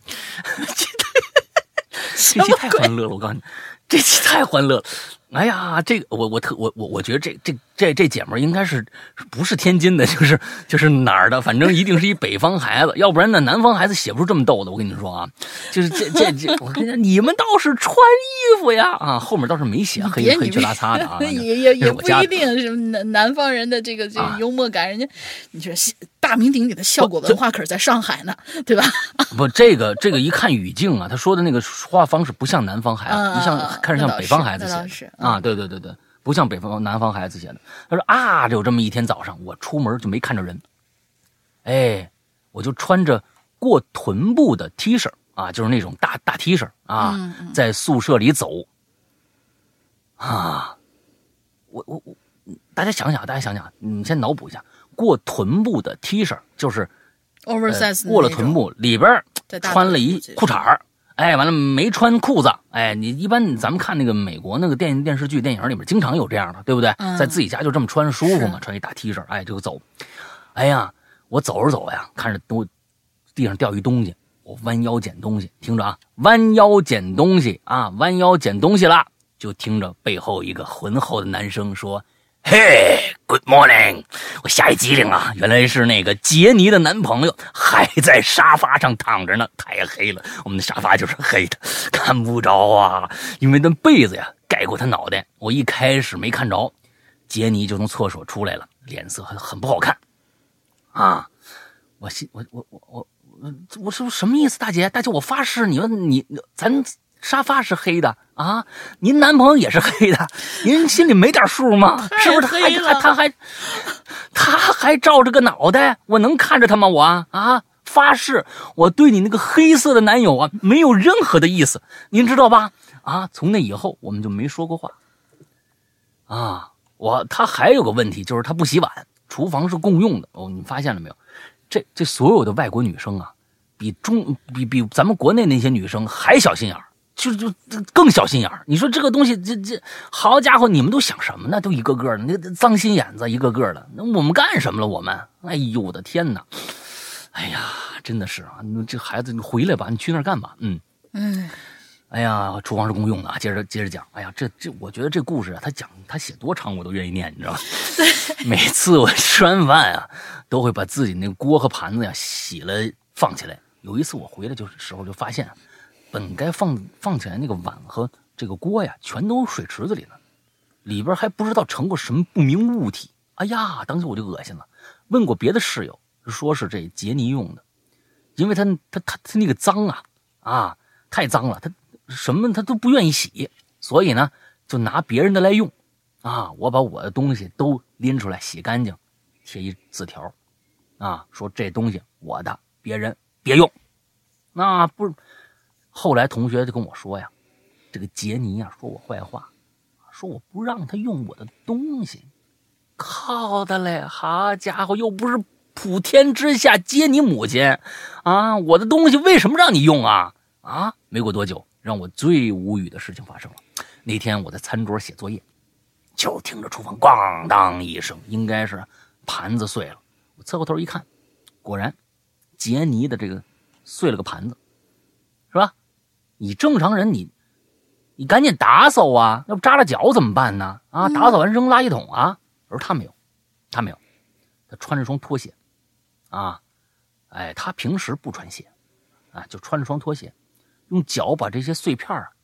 这期太欢乐了，我告诉你，这期太欢乐了。哎呀，这个我我特我我我觉得这这这这姐们儿应该是不是天津的，就是就是哪儿的，反正一定是一北方孩子，要不然呢南方孩子写不出这么逗的。我跟你说啊，就是这这这，我跟你说，你们倒是穿衣服呀啊，后面倒是没写黑黑黢拉擦的啊， 也也也不一定是南南方人的这个这个幽默感，人家你说大名鼎鼎的效果文化可是在上海呢，对吧？ 不，这个这个一看语境啊，他说的那个说话方式不像南方孩子， 啊、 一像看着像北方孩子写的。 是啊，对对对对，不像北方南方孩子写的。他说啊，有这么一天早上，我出门就没看着人，哎，我就穿着过臀部的 T 恤啊，就是那种大大 T 恤啊， 嗯嗯在宿舍里走啊，我我我，大家想想，大家想想，你先脑补一下，过臀部的 T 恤就是 oversize、 呃、过了臀部里边穿了一裤衩儿。哎，完了没穿裤子，哎，你一般咱们看那个美国那个电电视剧、电影里面经常有这样的，对不对？ 嗯、 在自己家就这么穿舒服嘛，穿一大 T 恤，哎，就走。哎呀，我走着走呀，看着都地上掉一东西，我弯腰捡东西，听着啊，弯腰捡东西啊，弯腰捡东西了，就听着背后一个浑厚的男生说。嘿 ，Good morning！ 我吓一激灵啊，原来是那个杰尼的男朋友，还在沙发上躺着呢。太黑了，我们的沙发就是黑的，看不着啊，因为那被子呀盖过他脑袋。我一开始没看着，杰尼就从厕所出来了，脸色很很不好看啊。我心我我我我我我说什么意思？大姐大姐，我发誓，你们你咱。沙发是黑的啊，您男朋友也是黑的，您心里没点数吗？是不是？他还他还他还照着个脑袋，我能看着他吗？我啊，发誓我对你那个黑色的男友啊没有任何的意思，您知道吧？啊，从那以后我们就没说过话。啊，我他还有个问题就是他不洗碗，厨房是共用的哦，你发现了没有？这这所有的外国女生啊，比中比比咱们国内那些女生还小心眼儿。就就更小心眼儿，你说这个东西，这这好家伙，你们都想什么呢？都一个个的，那脏心眼子一个个的，那我们干什么了？我们，哎呦我的天哪！哎呀，真的是啊，你这孩子，你回来吧，你去那儿干吧？嗯嗯， 哎呀，厨房是公用的啊，接着接着讲。哎呀，这这，我觉得这故事啊，他讲他写多长我都愿意念，你知道吗？每次我吃完饭啊，都会把自己那个锅和盘子呀洗了放起来。有一次我回来就是时候就发现。本该放放起来那个碗和这个锅呀，全都水池子里呢，里边还不知道盛过什么不明物体。哎呀，当时我就恶心了。问过别的室友，说是这杰尼用的，因为他他他他那个脏啊啊，太脏了，他什么他都不愿意洗，所以呢就拿别人的来用。啊，我把我的东西都拎出来洗干净，贴一字条，啊，说这东西我的，别人别用。那不是。后来同学就跟我说呀，这个杰尼啊说我坏话，说我不让他用我的东西。靠的嘞，好家伙，又不是普天之下接你母亲啊！我的东西为什么让你用啊？啊！没过多久，让我最无语的事情发生了。那天我在餐桌写作业，就听着厨房咣当一声，应该是盘子碎了。我侧过头一看，果然杰尼的这个碎了个盘子，是吧？你正常人你，你赶紧打扫啊，要不扎了脚怎么办呢？啊，打扫完扔垃圾桶啊。而他没有，他没有，他穿着双拖鞋，啊，哎，他平时不穿鞋，啊，就穿着双拖鞋，用脚把这些碎片啊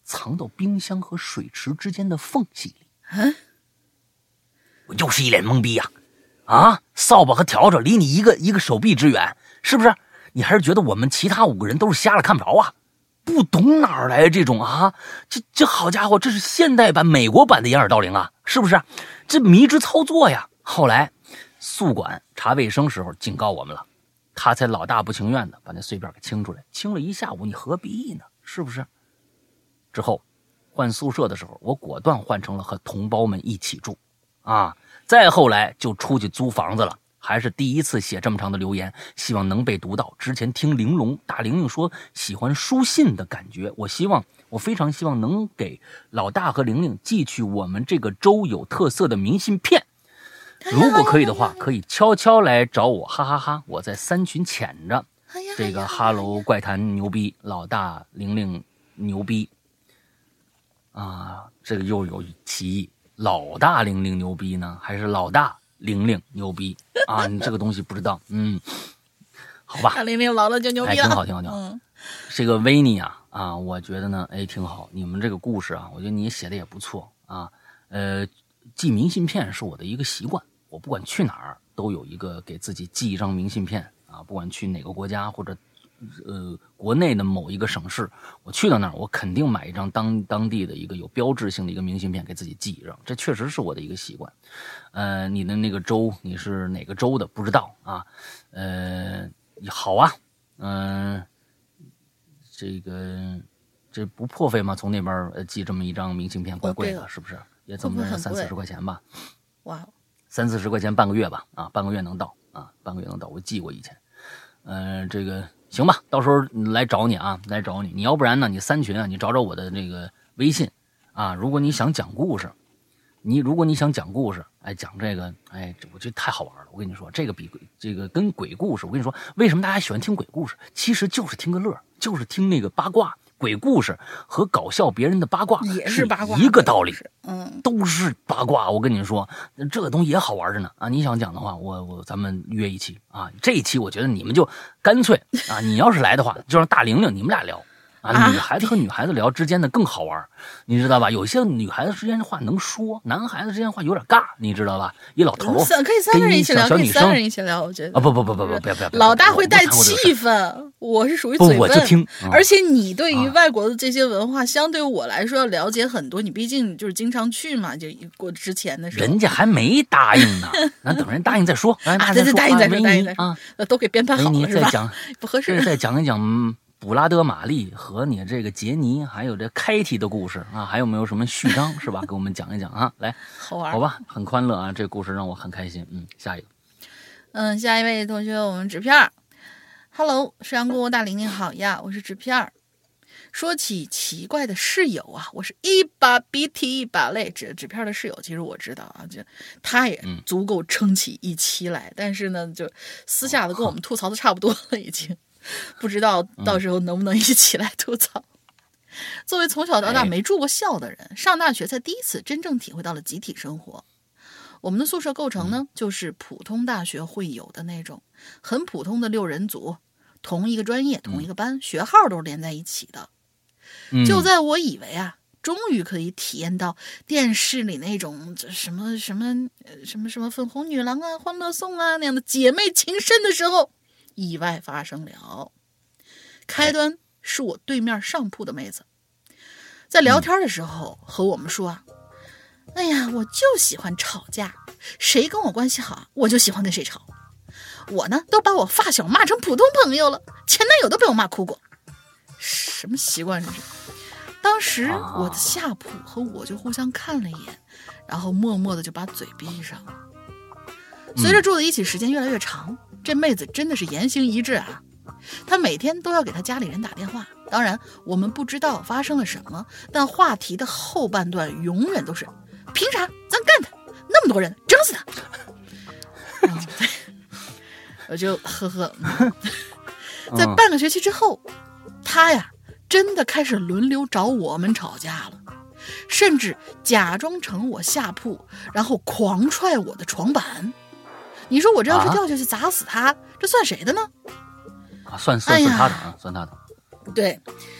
藏到冰箱和水池之间的缝隙里。 嗯， 我又是一脸懵逼呀、啊！啊，扫把和笤帚离你一个一个手臂之远，是不是？你还是觉得我们其他五个人都是瞎了看不着啊？不懂哪儿来这种啊？这这好家伙，这是现代版、美国版的掩耳盗铃啊，是不是？这迷之操作呀！后来宿管查卫生时候警告我们了，他才老大不情愿的把那碎片给清出来，清了一下午，你何必呢？是不是？之后换宿舍的时候，我果断换成了和同胞们一起住啊。再后来就出去租房子了。还是第一次写这么长的留言，希望能被读到。之前听玲珑大玲玲说喜欢书信的感觉，我希望我非常希望能给老大和玲玲寄去我们这个州有特色的明信片。如果可以的话，可以悄悄来找我，哈哈哈哈！我在三群潜着。这个哈喽怪谈牛逼，老大玲玲牛逼啊！这个又有歧义，老大玲玲牛逼呢，还是老大玲玲牛逼啊？你这个东西不知道，嗯，好吧。 大玲玲老了就牛逼了， 哎，挺好，挺好，挺好。嗯，这个维尼啊啊，我觉得呢，哎，挺好。你们这个故事啊，我觉得你写的也不错啊。呃，寄明信片是我的一个习惯，我不管去哪儿都有一个给自己寄一张明信片啊，不管去哪个国家或者呃国内的某一个省市，我去到那儿，我肯定买一张当当地的一个有标志性的一个明信片给自己寄一张，这确实是我的一个习惯。呃，你的那个州你是哪个州的不知道啊？呃，好啊，嗯、呃，这个这不破费吗？从那边呃寄这么一张明信片，怪贵的，哦、是不是？也这么三四十块钱吧？ 哇， 三四十块钱半个月吧？啊，半个月能到啊，半个月能到。我寄过以前，呃，这个行吧，到时候来找你啊，来找你。你要不然呢，你三群啊，你找找我的这个微信啊。如果你想讲故事。你如果你想讲故事，哎，讲这个，哎，我觉得太好玩了。我跟你说，这个比这个跟鬼故事，我跟你说，为什么大家喜欢听鬼故事？其实就是听个乐，就是听那个八卦。鬼故事和搞笑别人的八卦也是八卦一个道理， 嗯， 都是八卦。我跟你说，这个东西也好玩着呢啊！你想讲的话，我我咱们约一期啊。这一期我觉得你们就干脆啊，你要是来的话，就让大玲玲你们俩聊。啊，女孩子和女孩子聊之间的更好玩，你知道吧？有些女孩子之间的话能说，男孩子之间的话有点尬，你知道吧？一老头可以三个人一起聊，可以三个人一起聊，我觉得啊，不不不不不，不要不要， 老大会带气氛，我是属于嘴笨，我就听。 嗯、而且你对于外国的这些文化，啊、相对我来说要了解很多，你毕竟就是经常去嘛，就过之前的时候， 人家还没答应呢，那等人答应再说。 啊，对对，答应再说，答应再说啊， 都给编排好了是吧？ 再讲不合适， 再讲一讲。嗯布拉德玛丽和你这个杰尼，还有这开提的故事啊，还有没有什么序章是吧？给我们讲一讲啊，来， 好玩， 好吧，很欢乐啊，这个故事让我很开心。嗯，下一个， 嗯，下一位同学，我们纸片儿 ，Hello， 山羊姑大玲玲好呀，我是纸片儿。说起奇怪的室友啊，我是一把鼻涕一把泪。纸纸片的室友，其实我知道啊，就他也足够撑起一期来，嗯、但是呢，就私下的跟我们吐槽的差不多了，已经。不知道到时候能不能一起来吐槽。嗯、作为从小到大没住过校的人，上大学才第一次真正体会到了集体生活。我们的宿舍构成呢，就是普通大学会有的那种很普通的六人组，同一个专业同一个班，学号都是连在一起的。 嗯、 就在我以为啊终于可以体验到电视里那种什么什么什么什么粉红女郎啊欢乐颂啊那样的姐妹情深的时候，意外发生了。开端是我对面上铺的妹子在聊天的时候和我们说啊，哎呀，我就喜欢吵架，谁跟我关系好我就喜欢跟谁吵。我呢都把我发小骂成普通朋友了，前男友都被我骂哭过。什么习惯这是？当时我的下铺和我就互相看了一眼，然后默默的就把嘴闭上了。随着住在一起时间越来越长，这妹子真的是言行一致啊。她每天都要给她家里人打电话，当然我们不知道发生了什么，但话题的后半段永远都是凭啥咱干他，那么多人整死他。嗯、我就呵呵、嗯、在半个学期之后，她呀真的开始轮流找我们吵架了，甚至假装成我下铺，然后狂踹我的床板。你说我这要是掉下去砸死他、啊、这算谁的呢？ 啊，算算算他的啊，算他的。 对，本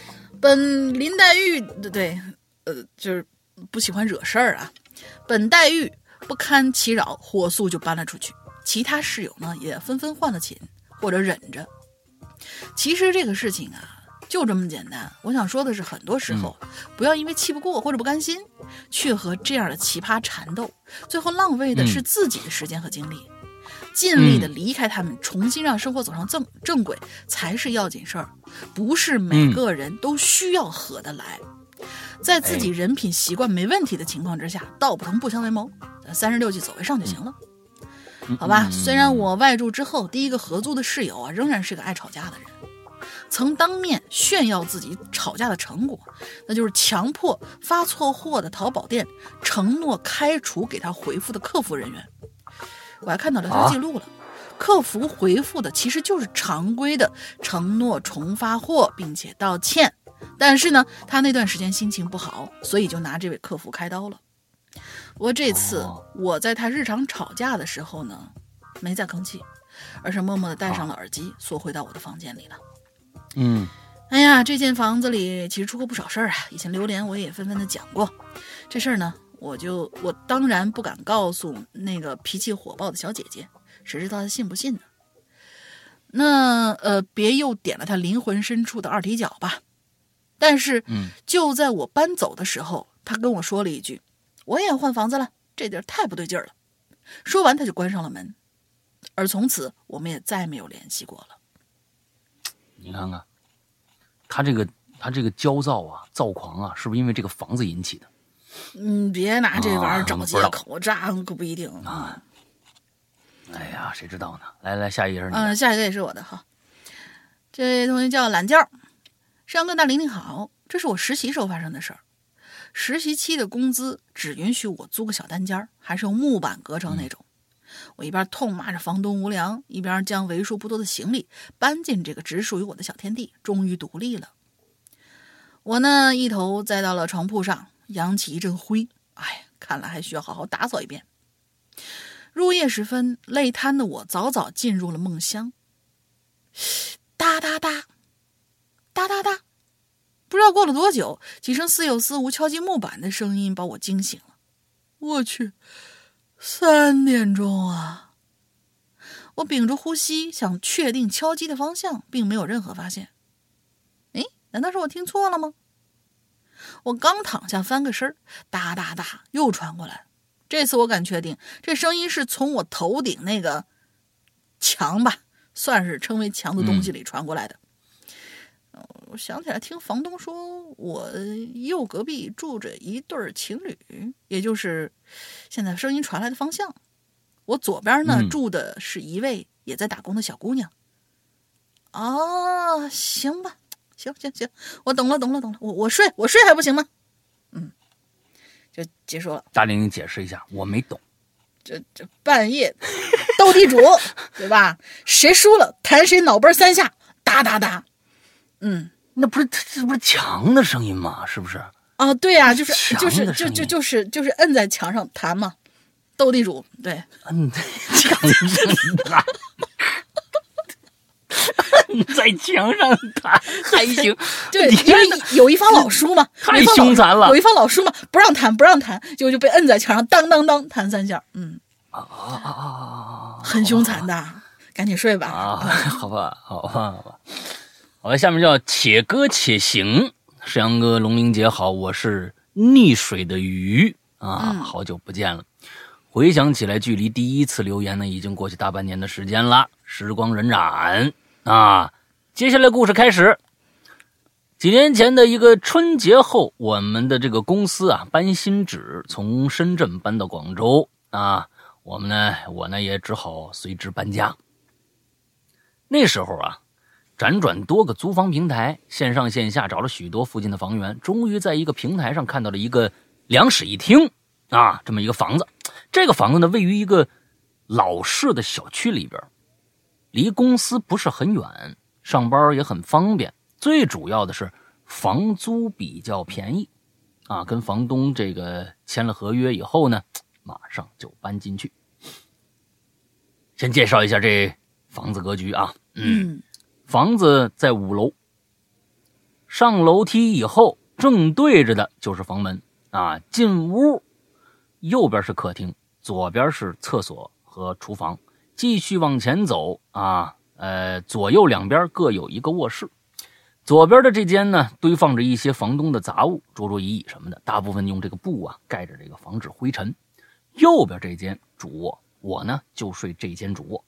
本林黛玉对对，呃，就是不喜欢惹事儿啊。本黛玉不堪其扰，火速就搬了出去。其他室友呢，也纷纷换了寝或者忍着。其实这个事情啊，就这么简单。我想说的是，很多时候、嗯、不要因为气不过或者不甘心，去和这样的奇葩缠斗，最后浪费的是自己的时间和精力。嗯、尽力的离开他们，重新让生活走上正正轨，才是要紧事儿。不是每个人都需要合得来。嗯、在自己人品习惯没问题的情况之下，道不同不相为谋，三十六计走为上就行了。嗯、好吧，虽然我外住之后，第一个合租的室友啊，仍然是个爱吵架的人。曾当面炫耀自己吵架的成果，那就是强迫发错货的淘宝店承诺开除给他回复的客服人员。我还看到聊天记录了、啊、客服回复的其实就是常规的承诺重发货并且道歉，但是呢他那段时间心情不好，所以就拿这位客服开刀了。不过这次我在他日常吵架的时候呢，没再吭气，而是默默地戴上了耳机，缩回到我的房间里了。 嗯， 哎呀，这间房子里其实出过不少事儿啊。以前榴莲我也纷纷的讲过这事儿呢，我就我当然不敢告诉那个脾气火爆的小姐姐，谁知道她信不信呢？那呃，别又点了她灵魂深处的二踢脚吧。但是， 嗯， 就在我搬走的时候，她跟我说了一句：“我也换房子了，这地儿太不对劲儿了。”说完，她就关上了门，而从此我们也再没有联系过了。 你看看，他这个他这个焦躁啊、躁狂啊，是不是因为这个房子引起的？ 嗯，别拿这玩意儿找借口，这可不一定啊。哎呀，谁知道呢？来来，下一个是你的。 嗯，下一个也是我的哈。这位同学叫懒觉，上哥大玲玲好，这是我实习时候发生的事儿。实习期的工资只允许我租个小单间，还是用木板隔成那种。嗯，我一边痛骂着房东无良，一边将为数不多的行李搬进这个只属于我的小天地，终于独立了。我呢，一头栽到了床铺上，扬起一阵灰。哎，看来还需要好好打扫一遍。入夜时分，累瘫的我早早进入了梦乡。哒哒哒，哒哒哒，不知道过了多久，几声似有似无敲击木板的声音把我惊醒了。我去！三点钟啊！我屏住呼吸，想确定敲击的方向，并没有任何发现。诶，难道是我听错了吗？我刚躺下翻个身，哒哒哒又传过来。这次我敢确定，这声音是从我头顶那个墙吧，算是称为墙的东西里传过来的。嗯，我想起来听房东说，我右隔壁住着一对情侣，也就是现在声音传来的方向。我左边呢、嗯、住的是一位也在打工的小姑娘。哦，行吧，行行行，我懂了懂了懂了，我我睡我睡还不行吗？嗯，就结束了。 大玲玲解释一下，我没懂。 这这半夜斗地主对吧？谁输了弹谁脑门三下，哒哒哒。嗯， 那不是这不是墙的声音吗？是不是？ 啊，对呀、啊，就是就是就就就是就是摁在墙上弹嘛，斗地主对， 摁在墙上弹，摁在墙上弹还行， 对，因为有一方老输嘛， 太凶残了， 有一方老输嘛，不让弹不让弹，就就被摁在墙上当当当弹三下，嗯， 啊啊啊啊， 很凶残的，赶紧睡吧， 啊，好吧，好吧，好吧。好了，下面叫且歌且行。石阳哥、龙玲姐好，我是溺水的鱼啊， 嗯、 好久不见了。回想起来，距离第一次留言呢，已经过去大半年的时间了。时光荏苒啊，接下来故事开始。几年前的一个春节后，我们的这个公司啊搬新址，从深圳搬到广州啊，我们呢，我呢也只好随之搬家。那时候啊。辗转多个租房平台，线上线下找了许多附近的房源，终于在一个平台上看到了一个两室一厅啊，这么一个房子。这个房子呢，位于一个老式的小区里边，离公司不是很远，上班也很方便。最主要的是房租比较便宜啊，跟房东这个签了合约以后呢，马上就搬进去。先介绍一下这房子格局啊，嗯。房子在五楼， 上楼梯以后，正对着的就是房门啊。进屋，右边是客厅，左边是厕所和厨房。继续往前走啊，呃，左右两边各有一个卧室。左边的这间呢，堆放着一些房东的杂物，桌桌椅椅什么的，大部分用这个布啊盖着这个防止灰尘。右边这间主卧，我呢就睡这间主卧。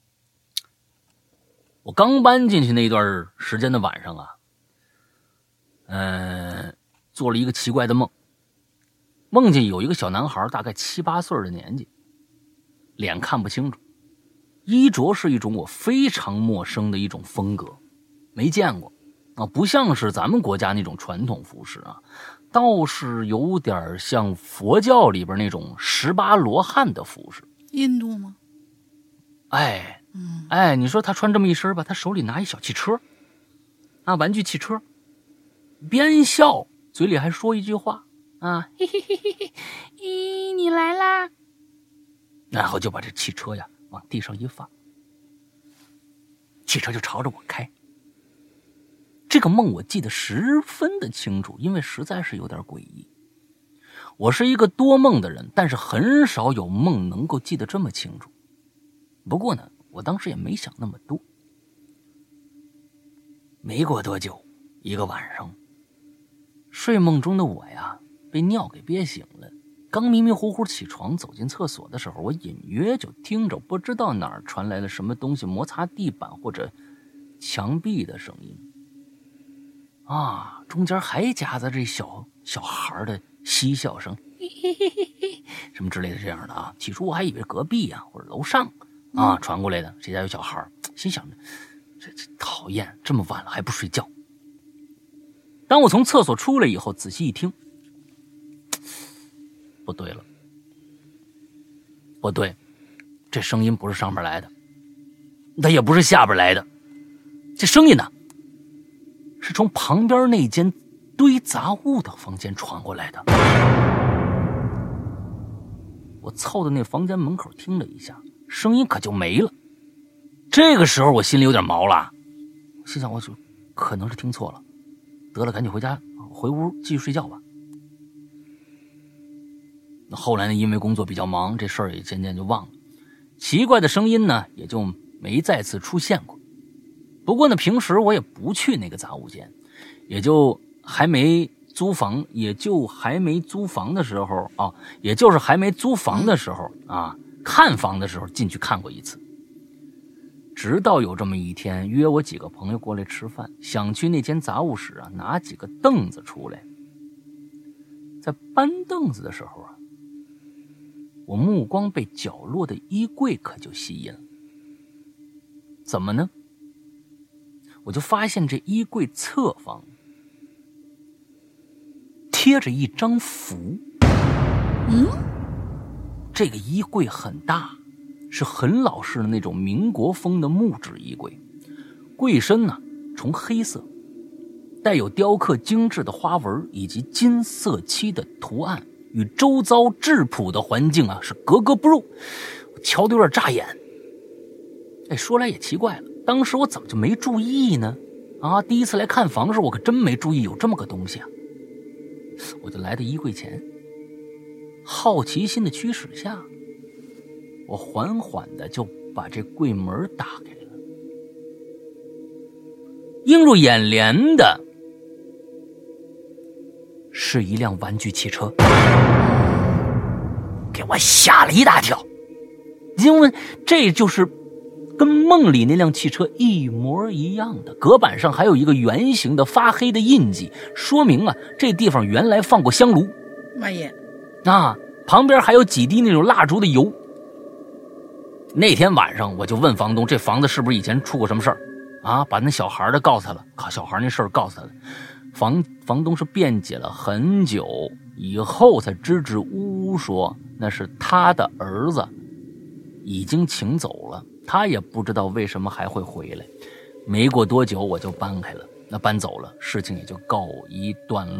我刚搬进去那段时间的晚上啊，呃，做了一个奇怪的梦，梦见有一个小男孩，大概七八岁的年纪，脸看不清楚，衣着是一种我非常陌生的一种风格，没见过啊，不像是咱们国家那种传统服饰啊，倒是有点像佛教里边那种十八罗汉的服饰。 印度吗？ 哎， 嗯， 哎，你说他穿这么一身吧，他手里拿一小汽车，啊，玩具汽车，边笑嘴里还说一句话啊，嘿嘿嘿嘿嘿，咦，你来啦！然后就把这汽车呀往地上一放，汽车就朝着我开。这个梦我记得十分的清楚，因为实在是有点诡异。我是一个多梦的人，但是很少有梦能够记得这么清楚。不过呢，我当时也没想那么多。没过多久，一个晚上，睡梦中的我呀被尿给憋醒了。刚迷迷糊糊起床走进厕所的时候，我隐约就听着不知道哪儿传来了什么东西摩擦地板或者墙壁的声音啊，中间还夹杂着小小孩的嬉笑声，嘿嘿嘿嘿嘿，什么之类的这样的啊。起初我还以为隔壁啊或者楼上啊传过来的，谁家有小孩，心想着这这讨厌，这么晚了还不睡觉。当我从厕所出来以后，仔细一听，不对了，不对，这声音不是上边来的，它也不是下边来的，这声音呢，是从旁边那间堆杂物的房间传过来的。我凑到那房间门口听了一下，声音可就没了。这个时候我心里有点毛了，心想我就可能是听错了，得了，赶紧回家回屋继续睡觉吧。后来呢，因为工作比较忙，这事儿也渐渐就忘了，奇怪的声音呢也就没再次出现过。不过呢，平时我也不去那个杂物间，也就还没租房，也就还没租房的时候啊，也就是还没租房的时候啊，看房的时候进去看过一次。直到有这么一天，约我几个朋友过来吃饭，想去那间杂物室啊拿几个凳子出来。在搬凳子的时候啊，我目光被角落的衣柜可就吸引了。怎么呢？我就发现这衣柜侧方贴着一张符。 嗯， 这个衣柜很大，是很老式的那种民国风的木质衣柜，柜身呢从黑色，带有雕刻精致的花纹以及金色漆的图案，与周遭质朴的环境啊是格格不入，我瞧得有点扎眼。哎，说来也奇怪了，当时我怎么就没注意呢？啊，第一次来看房时我可真没注意有这么个东西啊。我就来到衣柜前，好奇心的驱使下，我缓缓的就把这柜门打开了。映入眼帘的是一辆玩具汽车，给我吓了一大跳，因为这就是跟梦里那辆汽车一模一样的，隔板上还有一个圆形的发黑的印记，说明啊这地方原来放过香炉。 妈耶！ 啊，旁边还有几滴那种蜡烛的油。那天晚上我就问房东，这房子是不是以前出过什么事儿啊？把那小孩的告诉他了，靠，小孩那事儿告诉他了。房房东是辩解了很久以后才支支吾吾说那是他的儿子已经请走了，他也不知道为什么还会回来。没过多久我就搬开了，那搬走了，事情也就告一段落。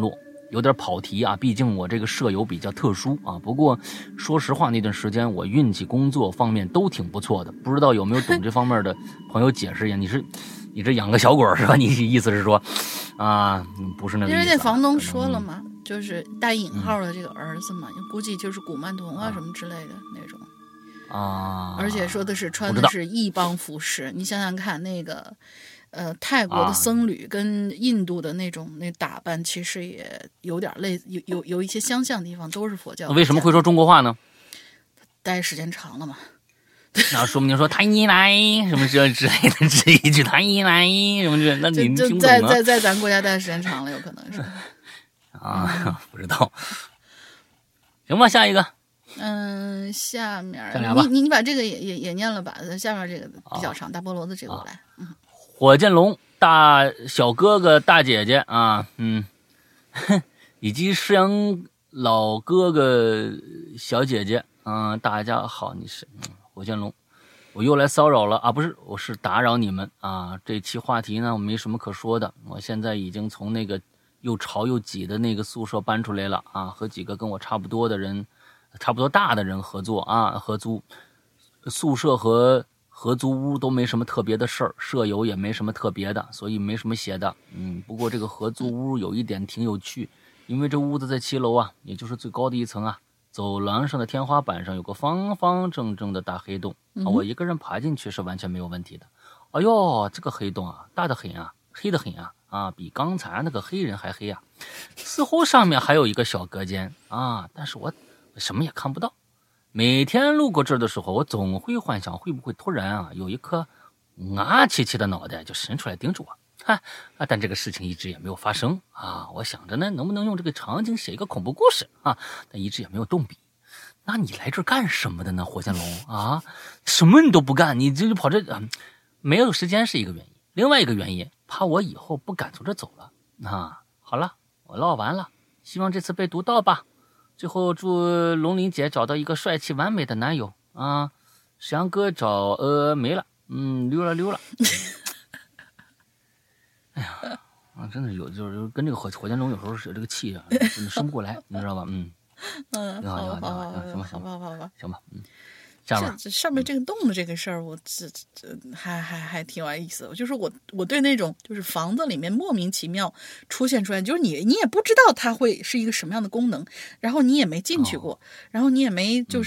有点跑题啊，毕竟我这个舍友比较特殊啊。不过说实话，那段时间我运气、工作方面都挺不错的，不知道有没有懂这方面的朋友解释一下？你是你这养个小鬼是吧？你意思是说啊，不是那个意思、啊？ 因为那房东说了嘛，嗯、就是带引号的这个儿子嘛，嗯、估计就是古曼童啊什么之类的那种啊。 而且说的是穿的是异邦服饰，你想想看那个。呃，泰国的僧侣跟印度的那种那打扮，其实也有点类，有有有一些相像的地方，都是佛教。 为什么会说中国话呢？ 待时间长了嘛。 那说明说他一来什么这之类的，这一句他一来什么这，那你就就在在在咱国家待时间长了，有可能是。 啊，不知道。行吧，下一个。 嗯，下面下你你你把这个也也也念了吧？下面这个比较长，大菠萝的这个我来。嗯。 火箭龙大小哥哥大姐姐啊，嗯，以及师阳老哥哥小姐姐啊、呃，大家好，你是、嗯、火箭龙，我又来骚扰了啊，不是，我是打扰你们啊。这期话题呢，我没什么可说的，我现在已经从那个又潮又挤的那个宿舍搬出来了啊，和几个跟我差不多的人，差不多大的人合作啊，合租宿舍和。合租屋都没什么特别的事儿，舍友也没什么特别的，所以没什么写的。嗯，不过这个合租屋有一点挺有趣，因为这屋子在七楼啊，也就是最高的一层啊。走廊上的天花板上有个方方正正的大黑洞，啊、我一个人爬进去是完全没有问题的。哎呦，这个黑洞啊，大得很啊，黑得很啊，啊，比刚才那个黑人还黑啊。似乎上面还有一个小隔间啊，但是我什么也看不到。每天路过这儿的时候，我总会幻想会不会突然啊有一颗啊气气的脑袋就伸出来盯着我，哈啊！但这个事情一直也没有发生啊。我想着呢，能不能用这个场景写一个恐怖故事啊？但一直也没有动笔。那你来这儿干什么的呢，火箭龙啊？什么你都不干，你这就跑这、嗯，没有时间是一个原因，另外一个原因怕我以后不敢从这走了啊。好了，我唠完了，希望这次被读到吧。最后祝龙玲姐找到一个帅气完美的男友啊！石阳哥找呃没了，嗯，溜了溜了。哎呀，啊，真的有就是跟这个火火箭龙有时候是这个气啊，真的生不过来，你知道吧？嗯嗯， 你好，你好， 你好， 行吧，行吧，好吧， 行吧，嗯。下面这上面这个洞的这个事儿，我这这还还还挺有意思的。就是我我对那种就是房子里面莫名其妙出现出来，就是你你也不知道它会是一个什么样的功能，然后你也没进去过，哦、然后你也没就是、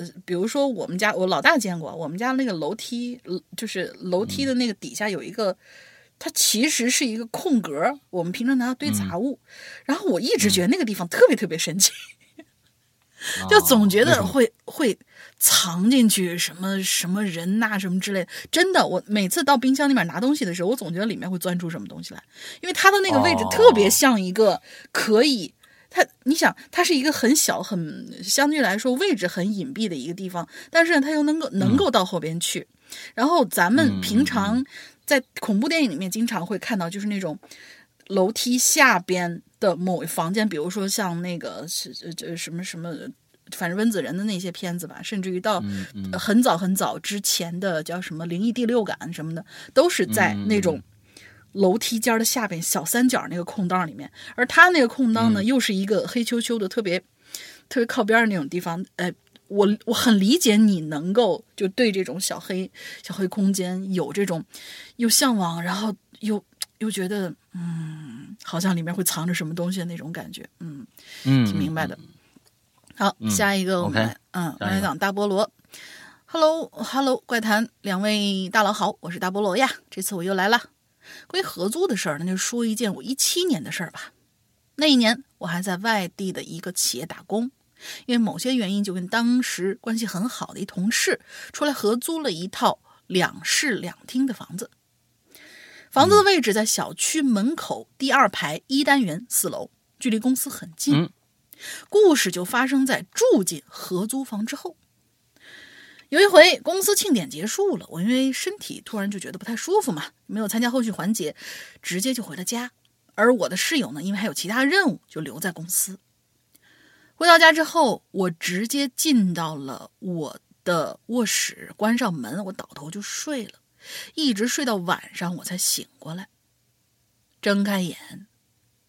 嗯、比如说我们家我老大见过，我们家那个楼梯就是楼梯的那个底下有一个。嗯它其实是一个空格，我们平常拿它堆杂物、嗯，然后我一直觉得那个地方特别特别神奇，嗯、就总觉得会、哦、会藏进去什么什么人呐、啊、什么之类的。真的，我每次到冰箱里面拿东西的时候，我总觉得里面会钻出什么东西来，因为它的那个位置特别像一个可以。它，你想，它是一个很小、很相对来说位置很隐蔽的一个地方，但是呢，它又能够能够到后边去。嗯、然后咱们平常在恐怖电影里面经常会看到，就是那种楼梯下边的某房间，比如说像那个是这什么什么，反正温子仁的那些片子吧，甚至于到很早很早之前的叫什么《灵异第六感》什么的，都是在那种。楼梯间的下边小三角那个空档里面，而它那个空档呢，嗯、又是一个黑黢黢的、特别特别靠边的那种地方。哎，我我很理解你能够就对这种小黑小黑空间有这种又向往，然后又又觉得嗯，好像里面会藏着什么东西的那种感觉。嗯嗯，挺明白的。好， 嗯、 下一个我们来， okay, 嗯，我来讲大菠萝。Hello Hello， 怪谈两位大佬好，我是大菠萝呀，这次我又来了。关于合租的事儿，那就说一件我一七年的事儿吧。那一年我还在外地的一个企业打工，因为某些原因，就跟当时关系很好的一同事出来合租了一套两室两厅的房子。房子的位置在小区门口第二排一单元四楼，距离公司很近。 嗯、 故事就发生在住进合租房之后。有一回公司庆典结束了，我因为身体突然就觉得不太舒服嘛，没有参加后续环节，直接就回了家。而我的室友呢，因为还有其他任务，就留在公司。回到家之后，我直接进到了我的卧室，关上门，我倒头就睡了，一直睡到晚上我才醒过来。睁开眼，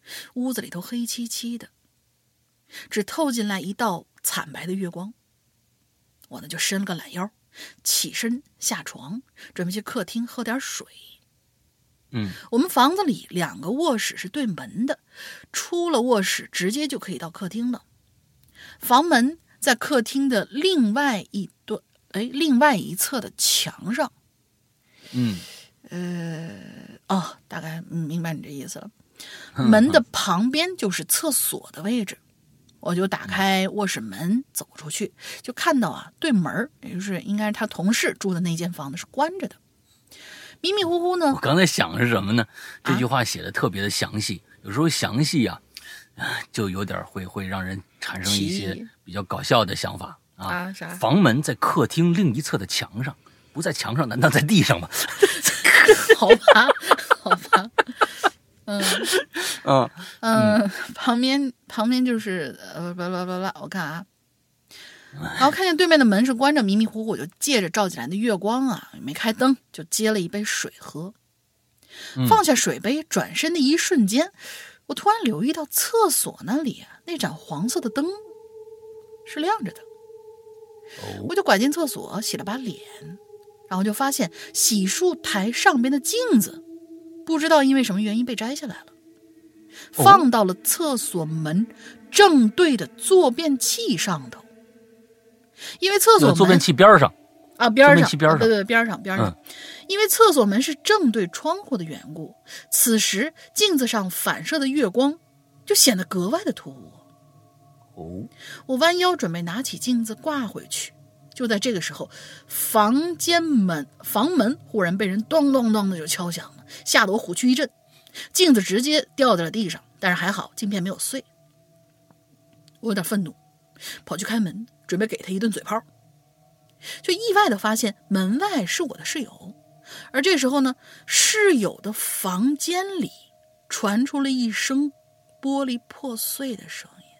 屋子里头黑漆漆的，只透进来一道惨白的月光。我呢就伸了个懒腰，起身下床，准备去客厅喝点水。 嗯， 我们房子里两个卧室是对门的，出了卧室直接就可以到客厅了。房门在客厅的另外一端，哎，另外一侧的墙上。 嗯， 呃，哦，大概明白你这意思了。门的旁边就是厕所的位置，我就打开卧室门走出去，就看到啊，对门，也就是应该是他同事住的那间房子是关着的。迷迷糊糊呢， 我刚才想的是什么呢？这句话写的特别的详细，啊、有时候详细啊，就有点会会让人产生一些比较搞笑的想法啊。 啊啥？ 房门在客厅另一侧的墙上，不在墙上，难道在地上吗？ 好吧，好吧。嗯嗯嗯，旁边旁边就是呃，巴拉巴拉，我看啊，然后看见对面的门是关着，迷迷糊糊，我就借着照进来的月光啊，没开灯，就接了一杯水喝。放下水杯，转身的一瞬间，我突然留意到厕所那里啊，那盏黄色的灯是亮着的。我就拐进厕所，洗了把脸，然后就发现洗漱台上边的镜子，不知道因为什么原因被摘下来了，放到了厕所门正对的坐便器上头。因为厕所门坐便器边上啊，边上， 坐便器边上， 啊、对对，边上边上、嗯。因为厕所门是正对窗户的缘故，此时镜子上反射的月光就显得格外的突兀。 哦， 我弯腰准备拿起镜子挂回去，就在这个时候，房间门房门忽然被人咚咚咚的就敲响了，吓得我虎躯一震，镜子直接掉在了地上，但是还好镜片没有碎。我有点愤怒，跑去开门，准备给他一顿嘴炮，就意外的发现门外是我的室友，而这时候呢，室友的房间里传出了一声玻璃破碎的声音。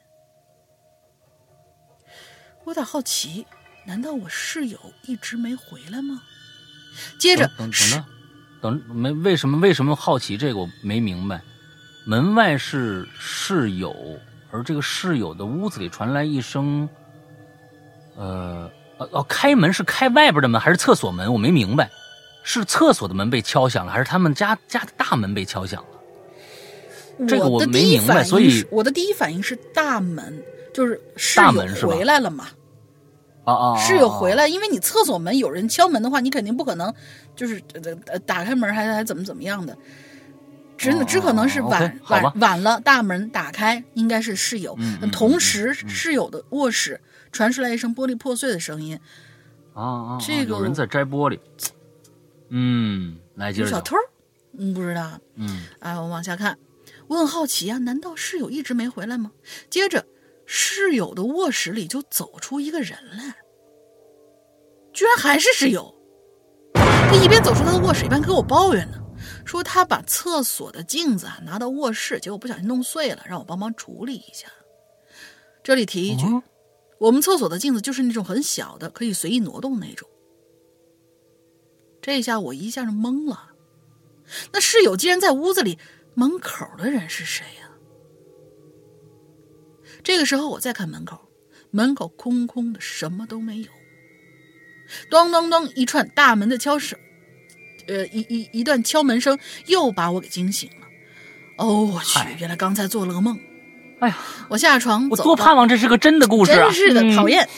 我有点好奇，难道我室友一直没回来吗？接着， 等等等等，没为什么为什么好奇这个我没明白。门外是室友，而这个室友的屋子里传来一声，呃，哦，开门是开外边的门还是厕所门？我没明白，是厕所的门被敲响了，还是他们家家的大门被敲响了？这个我没明白，所以我的第一反应是大门，就是室友回来了嘛。 啊啊！ 室友回来，因为你厕所门有人敲门的话，你肯定不可能就是呃打开门还还怎么怎么样的，只只可能是晚、 哦、 晚晚了，大门打开应该是室友。 嗯嗯、 同时，嗯、室友的卧室传出来一声玻璃破碎的声音。 啊啊！ 这个有人在摘玻璃。嗯，来接着讲。 小偷？嗯，不知道。 嗯， 哎，我往下看，我很好奇啊，难道室友一直没回来吗？接着。室友的卧室里就走出一个人来，居然还是室友。他一边走出他的卧室，一边跟我抱怨呢，说他把厕所的镜子啊拿到卧室，结果不小心弄碎了，让我帮忙处理一下。这里提一句，哦、我们厕所的镜子就是那种很小的，可以随意挪动那种。这下我一下就懵了，那室友既然在屋子里，门口的人是谁呀、啊？这个时候我再看门口，门口空空的，什么都没有。咚咚咚，一串大门的敲声，呃，一一一段敲门声又把我给惊醒了。哦，我去，原来刚才做了个梦。 哎呀， 我下床， 我多盼望这是个真的故事啊！ 真是的，讨厌。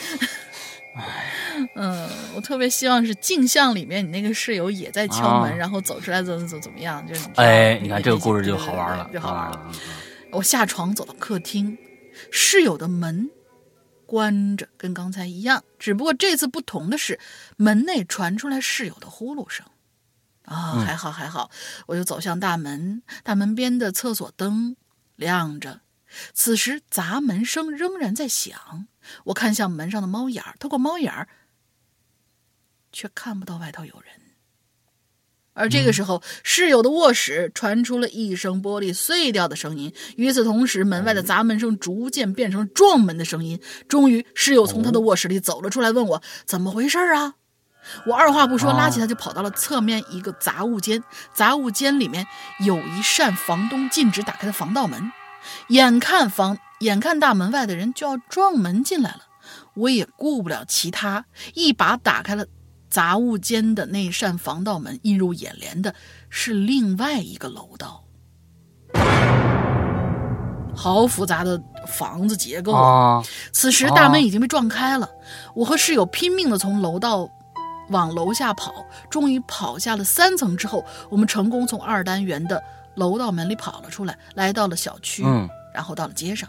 嗯，我特别希望是镜像里面你那个室友也在敲门，啊、然后走出来怎么怎么怎么样，就是哎，你看这个故事就好玩了， 就好玩了。我下床走到客厅。室友的门关着，跟刚才一样，只不过这次不同的是，门内传出来室友的呼噜声。啊、哦，还好还好，我就走向大门，大门边的厕所灯亮着。此时砸门声仍然在响，我看向门上的猫眼儿，透过猫眼儿，却看不到外头有人。而这个时候，嗯、室友的卧室传出了一声玻璃碎掉的声音。与此同时，门外的砸门声逐渐变成撞门的声音。终于，室友从他的卧室里走了出来，问我怎么回事啊？我二话不说，拉起他就跑到了侧面一个杂物间。杂物间里面有一扇房东禁止打开的防盗门， 眼看房眼看大门外的人就要撞门进来了，我也顾不了其他，一把打开了杂物间的那扇防盗门，映入眼帘的是另外一个楼道。好复杂的房子结构啊！ 此时大门已经被撞开了，我和室友拼命地从楼道往楼下跑，终于跑下了三层之后，我们成功从二单元的楼道门里跑了出来，来到了小区， 嗯， 然后到了街上。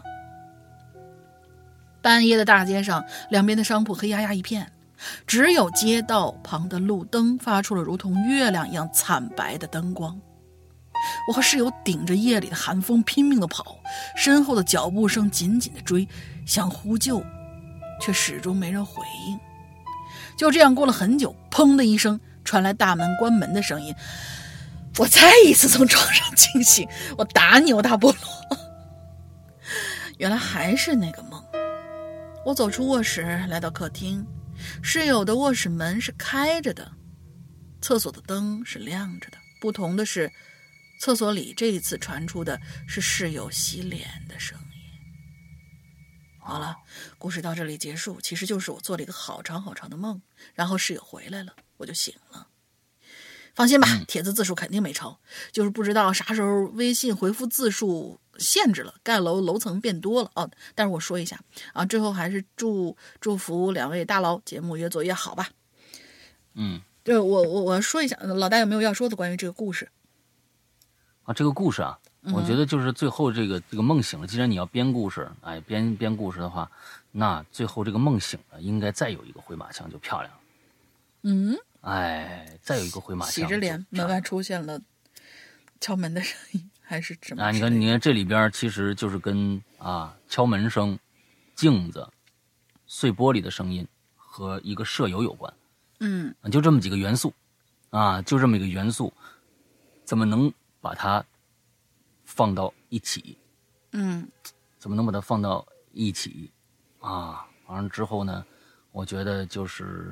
半夜的大街上，两边的商铺黑压压一片，只有街道旁的路灯发出了如同月亮一样惨白的灯光。我和室友顶着夜里的寒风拼命地跑，身后的脚步声紧紧地追，想呼救，却始终没人回应。就这样过了很久，砰的一声传来大门关门的声音，我再一次从床上惊醒，我打你，我大菠萝。原来还是那个梦。我走出卧室，来到客厅，室友的卧室门是开着的，厕所的灯是亮着的，不同的是，厕所里这一次传出的是室友洗脸的声音。好了，故事到这里结束，其实就是我做了一个好长好长的梦，然后室友回来了，我就醒了。放心吧，帖子字数肯定没超，就是不知道啥时候微信回复字数限制了，盖楼楼层变多了哦。但是我说一下啊，最后还是祝祝福两位大佬节目越做越好吧。 嗯， 对，我我我说一下，老大有没有要说的关于这个故事？ 啊，这个故事啊， 嗯、 我觉得就是最后这个这个梦醒了。既然你要编故事，哎，编编故事的话，那最后这个梦醒了，应该再有一个回马枪就漂亮了。 嗯。 哎，再有一个回马枪， 洗着脸，门外出现了敲门的声音，还是什么？ 啊，你看，你看这里边其实就是跟啊敲门声、镜子、碎玻璃的声音和一个舍友有关。 嗯， 就这么几个元素，啊，就这么一个元素，怎么能把它放到一起？ 嗯， 怎么能把它放到一起？啊，完了之后呢，我觉得就是。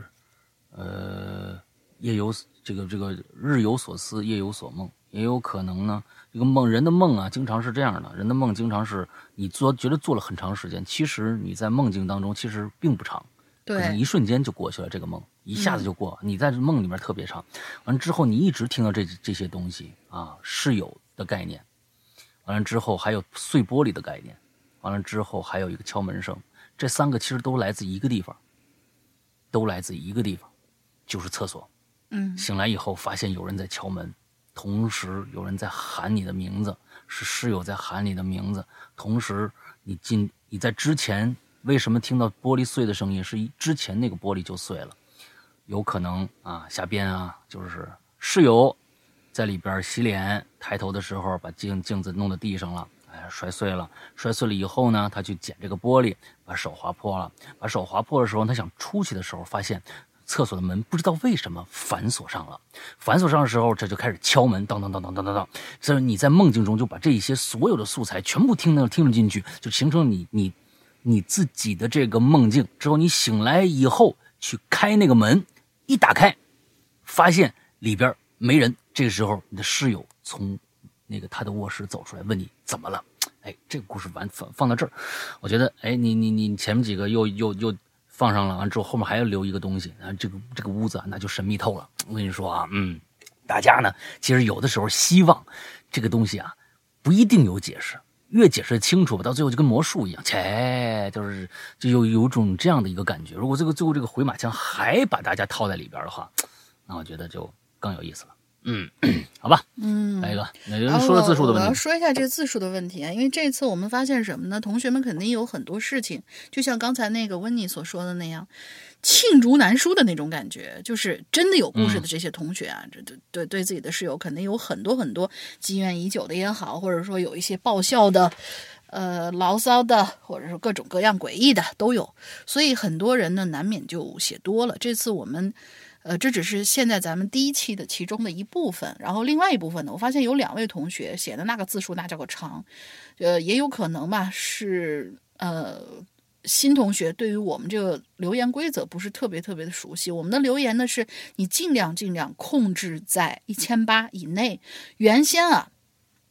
呃，夜有这个这个日有所思，夜有所梦，也有可能呢。这个梦，人的梦啊，经常是这样的。人的梦经常是你做觉得做了很长时间，其实你在梦境当中其实并不长， 对， 可能一瞬间就过去了。这个梦一下子就过，嗯、你在梦里面特别长。完了之后，你一直听到这这些东西啊，室友的概念，完了之后还有碎玻璃的概念，完了之后还有一个敲门声，这三个其实都来自一个地方，都来自一个地方。就是厕所， 嗯， 醒来以后发现有人在敲门，同时有人在喊你的名字，是室友在喊你的名字。同时，你进你在之前为什么听到玻璃碎的声音？是之前那个玻璃就碎了，有可能啊，下边啊，就是室友在里边洗脸，抬头的时候把镜镜子弄到地上了，哎，摔碎了。摔碎了以后呢，他去捡这个玻璃，把手划破了。把手划破的时候，他想出去的时候，发现。厕所的门不知道为什么反锁上了，反锁上的时候，这就开始敲门，当当当当当当当。所以你在梦境中就把这些所有的素材全部听了听了进去，就形成你你你自己的这个梦境。之后你醒来以后去开那个门，一打开，发现里边没人。这个时候你的室友从那个他的卧室走出来，问你怎么了？哎，这个故事完放放到这儿，我觉得，哎，你你你前面几个又又又。放上了，完之后后面还要留一个东西，啊，这个这个屋子啊，那就神秘透了。我跟你说啊，嗯，大家呢，其实有的时候希望这个东西啊，不一定有解释，越解释清楚吧，到最后就跟魔术一样，切，就是就有有种这样的一个感觉。如果这个最后这个回马枪还把大家套在里边的话，那我觉得就更有意思了。嗯，好吧， 嗯， 来一个，那就说了字数的问题。 我要说一下这个字数的问题啊，因为这次我们发现什么呢？同学们肯定有很多事情，就像刚才那个温妮所说的那样，罄竹难书的那种感觉，就是真的有故事的这些同学啊，这、嗯、对对对自己的室友肯定有很多很多积怨已久的也好，或者说有一些爆笑的。呃，牢骚的，或者说各种各样诡异的都有，所以很多人呢难免就写多了。这次我们，呃，这只是现在咱们第一期的其中的一部分，然后另外一部分呢，我发现有两位同学写的那个字数那叫个长，呃，也有可能吧是呃新同学对于我们这个留言规则不是特别特别的熟悉。我们的留言呢是你尽量尽量控制在一千八以内，原先啊。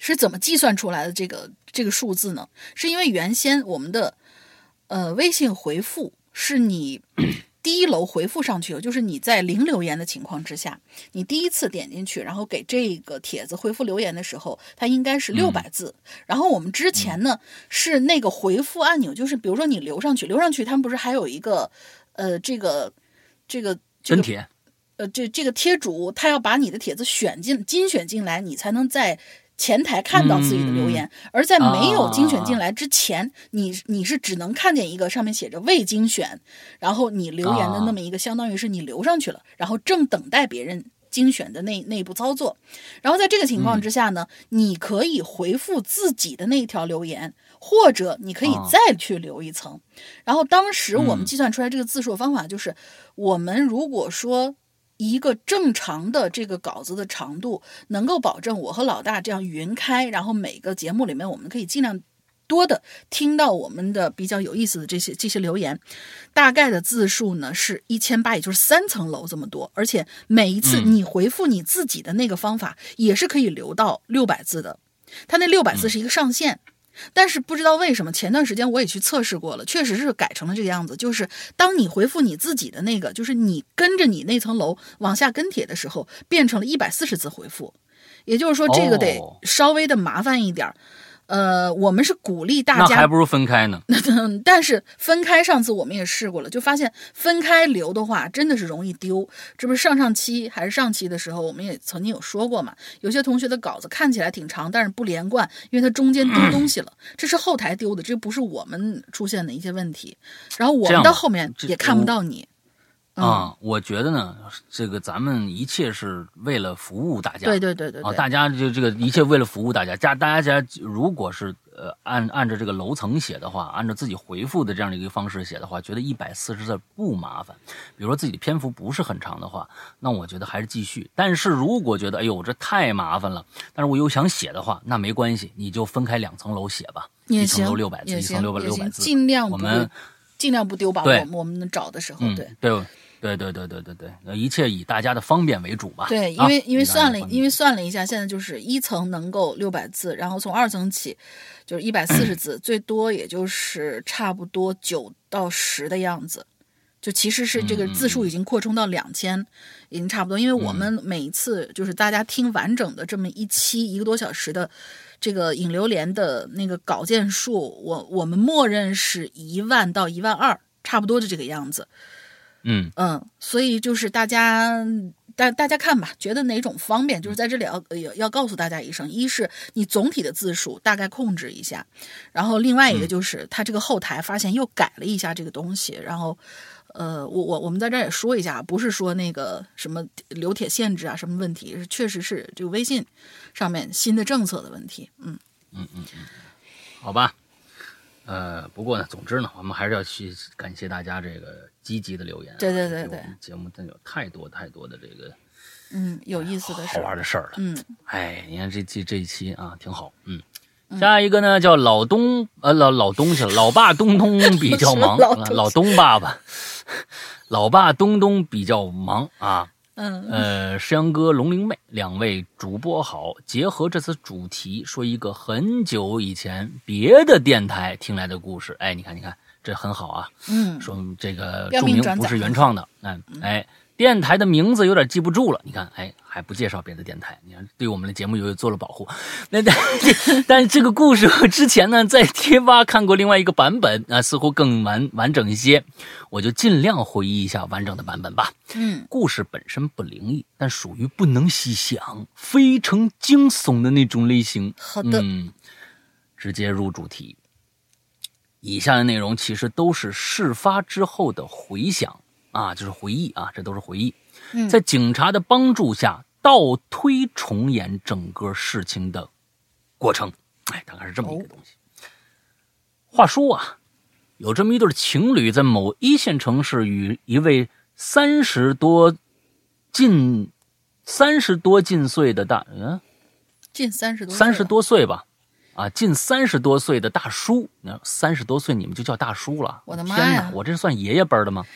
是怎么计算出来的这个这个数字呢？是因为原先我们的呃微信回复是你第一楼回复上去，就是你在零留言的情况之下，你第一次点进去，然后给这个帖子回复留言的时候，它应该是六百字。嗯、然后我们之前呢、嗯、是那个回复按钮，就是比如说你留上去，留上去，他们不是还有一个呃这个这个跟帖， 呃这这个贴主他要把你的帖子选进精选进来，你才能在前台看到自己的留言，嗯、而在没有精选进来之前，啊、你你是只能看见一个上面写着未精选，然后你留言的那么一个，啊、相当于是你留上去了，然后正等待别人精选的那那一步操作。然后在这个情况之下呢，嗯、你可以回复自己的那一条留言，或者你可以再去留一层。啊、然后当时我们计算出来这个字数方法就是，嗯、我们如果说一个正常的这个稿子的长度能够保证我和老大这样云开，然后每个节目里面我们可以尽量多的听到我们的比较有意思的这些这些留言，大概的字数呢是一千八，也就是三层楼这么多。而且每一次你回复你自己的那个方法也是可以留到六百字的，它那六百字是一个上限。但是不知道为什么前段时间我也去测试过了，确实是改成了这个样子，就是当你回复你自己的那个，就是你跟着你那层楼往下跟帖的时候，变成了一百四十字回复，也就是说这个得稍微的麻烦一点。哦呃，我们是鼓励大家， 那还不如分开呢。 但是分开，上次我们也试过了，就发现分开留的话，真的是容易丢。这不是上上期还是上期的时候，我们也曾经有说过嘛。有些同学的稿子看起来挺长，但是不连贯，因为它中间丢东西了，这是后台丢的，这不是我们出现的一些问题。然后我们到后面也看不到你。 啊、嗯，我觉得呢，这个咱们一切是为了服务大家。 对对对对对。 啊，大家就这个一切为了服务大家。家大家如果是呃按按照这个楼层写的话，按照自己回复的这样的一个方式写的话，觉得一百四十字不麻烦。比如说自己的篇幅不是很长的话，那我觉得还是继续。但是如果觉得哎呦这太麻烦了，但是我又想写的话，那没关系，你就分开两层楼写吧。 一层楼六百字，一层六百六百字， 尽量我们尽量不丢吧。我们我们找的时候， 嗯、 对对。对对对对对对，呃，一切以大家的方便为主吧。 对，因为、 啊、 因为算了，因为算了一下，现在就是一层能够六百字，然后从二层起就是一百四十字，最多也就是差不多九到十的样子。就其实是这个字数已经扩充到两千、嗯，已经差不多。因为我们每一次就是大家听完整的这么一期一个多小时的这个引流连的那个稿件数，我我们默认是一万到一万二，差不多就这个样子。 嗯嗯，所以就是大家大大家看吧，觉得哪种方便，就是在这里要要要告诉大家一声，一是你总体的字数大概控制一下，然后另外一个就是它这个后台发现又改了一下这个东西，然后呃，我我我们在这儿也说一下，不是说那个什么留帖限制啊什么问题，是确实是这个微信上面新的政策的问题。嗯嗯嗯嗯，好吧。呃，不过呢，总之呢，我们还是要去感谢大家这个积极的留言、啊。 对对对对， 我们节目真有太多太多的这个， 嗯，有意思的事、 好玩的事儿了。 嗯， 哎，你看这期这一期啊，挺好。嗯，下一个呢叫老东，呃，老老东西了，老爸东东比较忙， 老, 老东爸爸，老爸东东比较忙啊。 嗯， 呃，石阳哥、龙灵妹两位主播好，结合这次主题说一个很久以前别的电台听来的故事。哎，你看，你看，这很好啊。 嗯， 说这个注明不是原创的。嗯，哎，电台的名字有点记不住了。你看，哎，还不介绍别的电台，你看对我们的节目有做了保护。那但但这个故事我之前呢在贴吧看过另外一个版本啊，似乎更完完整一些，我就尽量回忆一下完整的版本吧。 嗯， 故事本身不灵异，但属于不能细想，非常惊悚的那种类型。 好的， 嗯，直接入主题。以下的内容其实都是事发之后的回想啊，就是回忆啊，这都是回忆。 嗯， 在警察的帮助下，倒推重演整个事情的过程。哎，大概是这么一个东西。哦、话说啊，有这么一对情侣在某一线城市与一位三十多近三十多近岁的大嗯， 近三十多三十多岁吧，啊，近三十多岁的大叔，三十多岁你们就叫大叔了？ 我的妈呀！ 我这算爷爷辈的吗？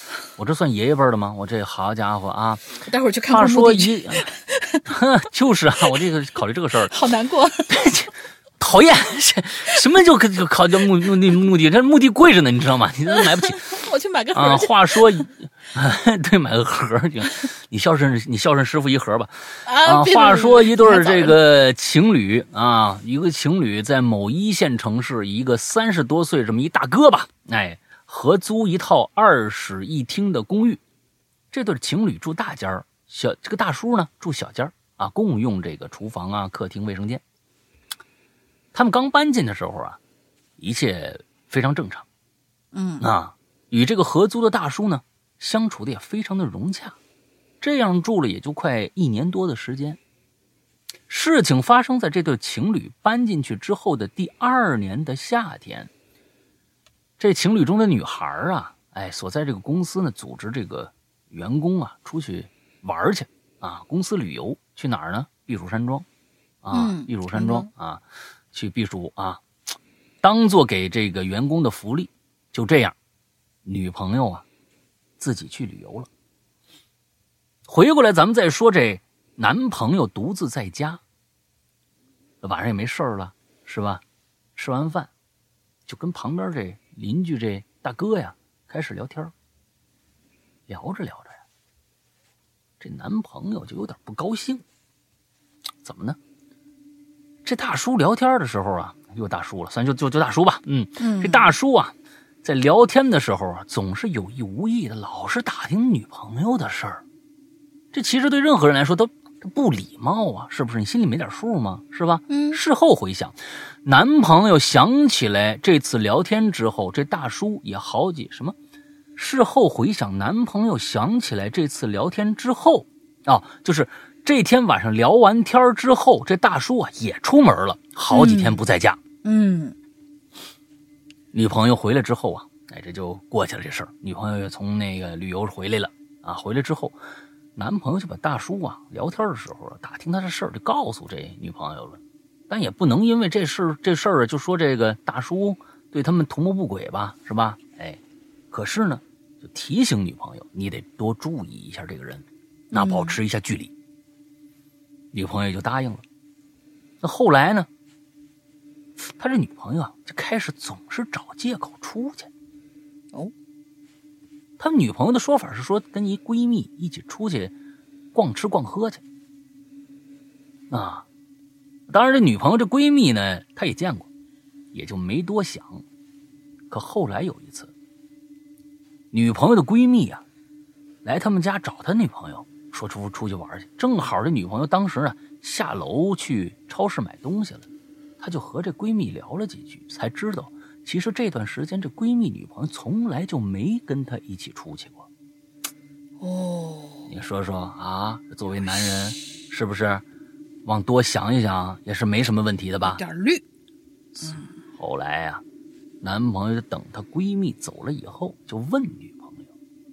我这算爷爷辈的吗？我这好家伙啊！ 待会儿去看话看墓地说一，就是啊，我这个考虑这个事儿， 好难过。 讨厌，什么就就考虑墓墓地墓地，这墓地贵着呢，你知道吗？你都买不起。 我去买个盒啊。 去。 话说，对，买个盒去，你孝顺你孝顺师傅一盒吧。 啊， 话说一对这个情侣啊，一个情侣在某一线城市，一个三十多岁这么一大哥吧，哎，合租一套二室一厅的公寓。这对情侣住大间儿，小这个大叔呢住小间儿啊，共用这个厨房啊、客厅、卫生间。他们刚搬进的时候啊，一切非常正常。 嗯啊，与这个合租的大叔呢相处的也非常的融洽，这样住了也就快一年多的时间。事情发生在这对情侣搬进去之后的第二年的夏天。这情侣中的女孩啊，哎，所在这个公司呢，组织这个员工啊出去玩去啊，公司旅游去哪儿呢？避暑山庄啊， 嗯、 避暑山庄啊，去避暑啊，当做给这个员工的福利。就这样，女朋友啊自己去旅游了。回过来咱们再说这男朋友独自在家，晚上也没事儿了，是吧？吃完饭就跟旁边这邻居这大哥呀开始聊天。聊着聊着呀，这男朋友就有点不高兴。怎么呢？这大叔聊天的时候啊，又大叔了，算就就就大叔吧。嗯， 嗯， 这大叔啊，在聊天的时候啊，总是有意无意的，老是打听女朋友的事儿。这其实对任何人来说都不礼貌啊，是不是？你心里没点数吗？是吧？ 嗯。 事后回想，男朋友想起来这次聊天之后，这大叔也好几什么？事后回想，男朋友想起来这次聊天之后，哦，就是这天晚上聊完天之后，这大叔啊也出门了，好几天不在家。 嗯。嗯， 女朋友回来之后啊，哎，这就过去了这事儿。女朋友也从那个旅游回来了啊，回来之后，男朋友就把大叔啊聊天的时候啊打听他的事儿就告诉这女朋友了，但也不能因为这事这事儿就说这个大叔对他们图谋不轨吧，是吧？哎，可是呢，就提醒女朋友，你得多注意一下这个人，那保持一下距离。嗯、女朋友就答应了。那后来呢？他这女朋友啊，就开始总是找借口出去。 哦， 他女朋友的说法是说，跟一闺蜜一起出去逛吃逛喝去。啊，当然这女朋友这闺蜜呢，她也见过，也就没多想。可后来有一次，女朋友的闺蜜啊，来他们家找他女朋友，说出出去玩去。正好这女朋友当时啊下楼去超市买东西了。她就和这闺蜜聊了几句，才知道其实这段时间这闺蜜女朋友从来就没跟她一起出去过。 哦， 你说说啊，作为男人是不是往多想一想也是没什么问题的吧？ 点绿。 嗯，后来啊，男朋友等她闺蜜走了以后，就问女朋友：“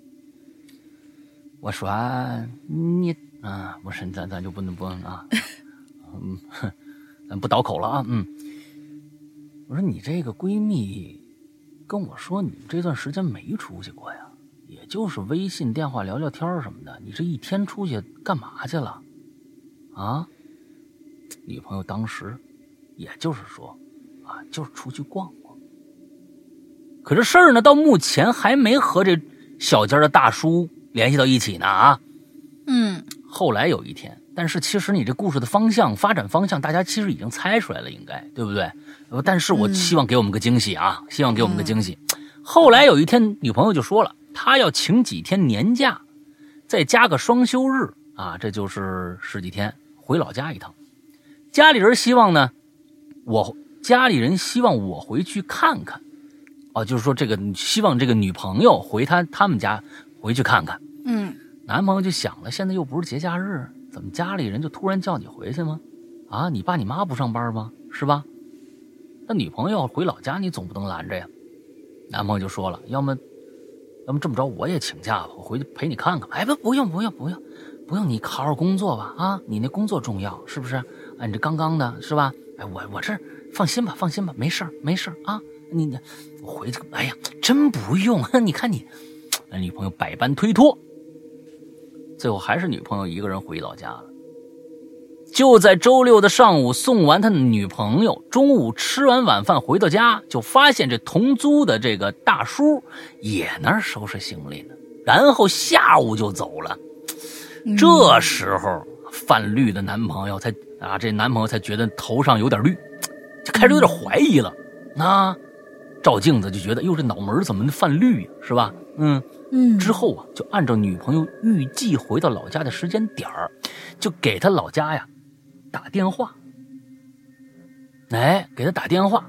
我说你啊，不是咱咱就不能不能啊，嗯。”咱不倒口了啊，嗯，我说你这个闺蜜跟我说你这段时间没出去过呀，也就是微信电话聊聊天什么的，你这一天出去干嘛去了啊？女朋友当时也就是说啊，就是出去逛逛。可这事儿呢，到目前还没和这小间的大叔联系到一起呢啊。 嗯， 后来有一天。但是其实你这故事的方向发展方向大家其实已经猜出来了，应该对不对？但是我希望给我们个惊喜啊、嗯、希望给我们个惊喜、嗯、后来有一天女朋友就说了，她要请几天年假，再加个双休日啊，这就是十几天回老家一趟。家里人希望呢我家里人希望我回去看看哦，就是说这个希望这个女朋友回他他们家回去看看。 嗯， 男朋友就想了，现在又不是节假日，怎么家里人就突然叫你回去吗？啊，你爸你妈不上班吗？是吧？那女朋友回老家，你总不能拦着呀。男朋友就说了，要么，要么这么着，我也请假吧，我回去陪你看看。哎，不，不用，不用，不用，不用，你好好工作吧。啊，你那工作重要，是不是？哎，你这刚刚的是吧？哎，我我这放心吧，放心吧，没事儿，没事儿啊。你你我回去，哎呀，真不用。你看你， 女朋友百般推脱，最后还是女朋友一个人回老家了。就在周六的上午送完他的女朋友，中午吃完晚饭回到家，就发现这同租的这个大叔也那儿收拾行李呢，然后下午就走了。这时候泛绿的男朋友才啊，这男朋友才觉得头上有点绿，就开始有点怀疑了。那照镜子就觉得，哟，这脑门怎么泛绿呀，是吧？嗯嗯。之后啊，就按照女朋友预计回到老家的时间点儿，就给他老家呀打电话。哎，给他打电话。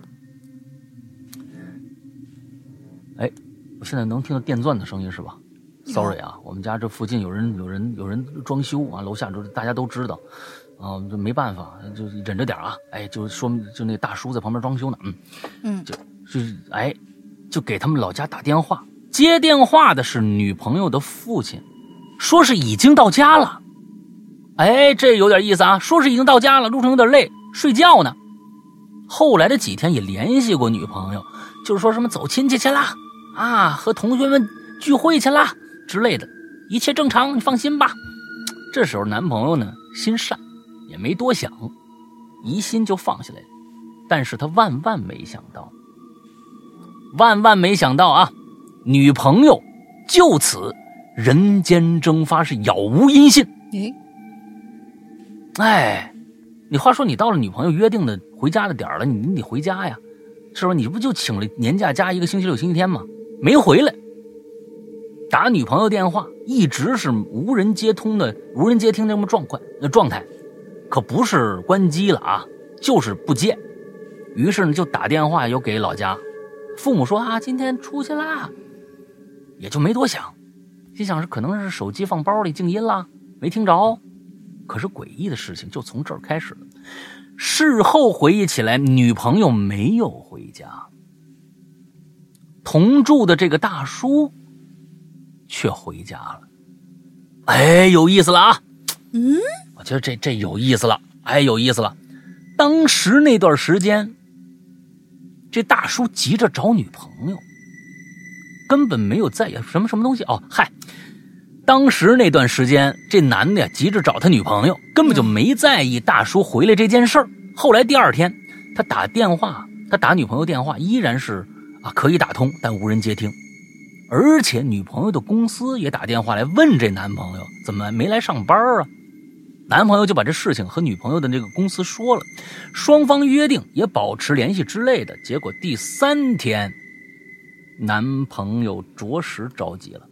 哎，我现在能听到电钻的声音是吧？Sorry 啊，我们家这附近有人有人有人装修啊，楼下都大家都知道，啊，就没办法，就忍着点啊。哎，就说就那大叔在旁边装修呢，嗯嗯，就就是哎，就给他们老家打电话。接电话的是女朋友的父亲，说是已经到家了。哎，这有点意思啊，说是已经到家了，路上有点累，睡觉呢。后来的几天也联系过女朋友，就是说什么走亲戚去啦，啊，和同学们聚会去啦之类的，一切正常，你放心吧。这时候男朋友呢心善，也没多想，疑心就放下来了。但是他万万没想到，万万没想到啊，女朋友就此人间蒸发，是杳无音信。哎，你话说你到了女朋友约定的回家的点了，你你得回家呀，是吧？你不就请了年假加一个星期六星期天吗？没回来。打女朋友电话一直是无人接通的，无人接听的这么状况的状态，可不是关机了啊，就是不接。于是呢，就打电话又给老家，父母说啊，今天出去啦，也就没多想，心想是可能是手机放包里静音啦，没听着。可是诡异的事情就从这儿开始了。事后回忆起来，女朋友没有回家，同住的这个大叔却回家了。哎，有意思了啊！嗯，我觉得这这有意思了，哎，有意思了。当时那段时间，这大叔急着找女朋友，根本没有在意什么什么东西哦。嗨，当时那段时间，这男的呀急着找他女朋友，根本就没在意大叔回来这件事儿。后来第二天，他打电话，他打女朋友电话依然是啊可以打通，但无人接听。而且女朋友的公司也打电话来问这男朋友怎么没来上班啊？男朋友就把这事情和女朋友的这个公司说了，双方约定也保持联系之类的。结果第三天，男朋友着实着急了，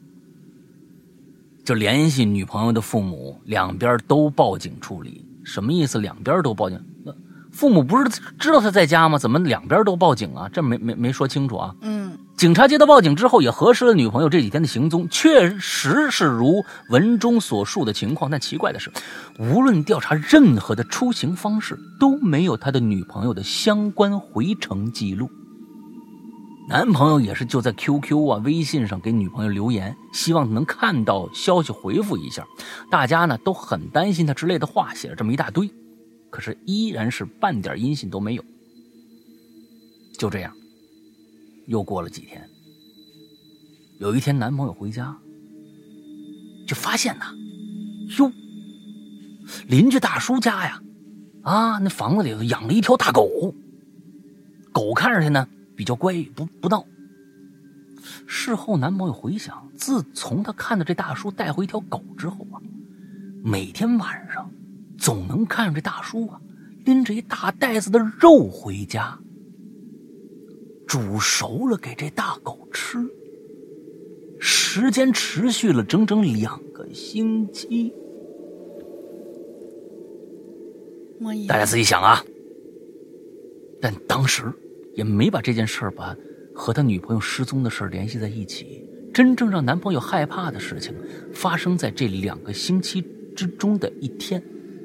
就联系女朋友的父母，两边都报警处理。什么意思？两边都报警？父母不是知道他在家吗？怎么两边都报警啊？这没没没说清楚啊。嗯，警察接到报警之后，也核实了女朋友这几天的行踪，确实是如文中所述的情况。但奇怪的是，无论调查任何的出行方式，都没有他的女朋友的相关回程记录。男朋友也是就在 Q Q 啊、微信上给女朋友留言，希望能看到消息回复一下。大家呢都很担心他之类的话，写了这么一大堆。可是依然是半点音信都没有。就这样又过了几天，有一天男朋友回家，就发现呐，哟，邻居大叔家呀，啊，那房子里养了一条大狗，狗看上去呢比较乖，不不闹。事后男朋友回想，自从他看到这大叔带回一条狗之后啊，每天晚上总能看着这大叔啊拎着一大袋子的肉回家，煮熟了给这大狗吃，时间持续了整整两个星期。大家自己想啊。但当时也没把这件事儿把和他女朋友失踪的事儿联系在一起。真正让男朋友害怕的事情发生在这两个星期之中的一天。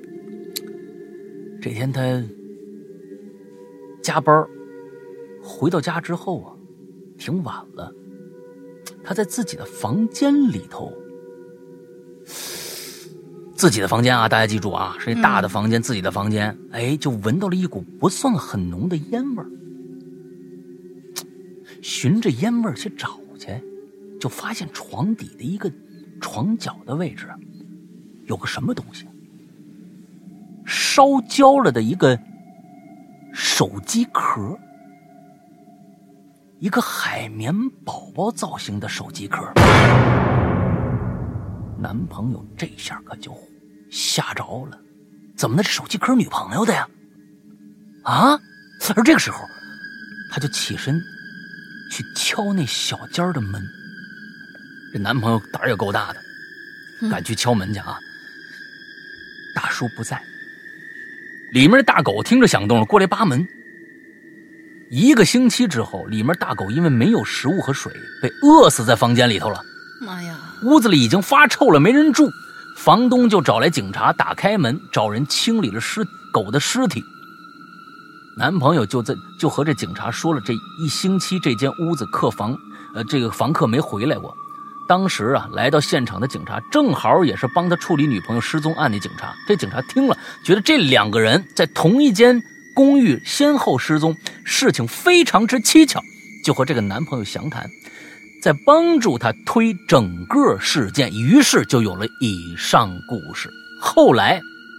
这天他加班回到家之后啊，挺晚了，他在自己的房间里头，自己的房间啊，大家记住啊，是一大的房间、嗯、自己的房间，哎，就闻到了一股不算很浓的烟味儿。循着烟味儿去找去， 就发现床底的一个床角的位置有个什么东西，烧焦了的一个手机壳，一个海绵宝宝造型的手机壳。男朋友这下可就吓着了，怎么的？这手机壳女朋友的呀？啊！而这个时候，他就起身去敲那小间的门。这男朋友胆儿也够大的，敢去敲门去啊！大叔不在，里面的大狗听着响动了，过来扒门。一个星期之后，里面大狗因为没有食物和水，被饿死在房间里头了。 妈呀！ 屋子里已经发臭了，没人住，房东就找来警察，打开门找人清理了尸狗的尸体。男朋友就在就和这警察说了，这一星期这间屋子客房，呃，这个房客没回来过。当时啊，来到现场的警察正好也是帮他处理女朋友失踪案的警察。这警察听了，觉得这两个人在同一间公寓先后失踪，事情非常之蹊跷，就和这个男朋友详谈，在帮助他推整个事件，于是就有了以上故事。后来，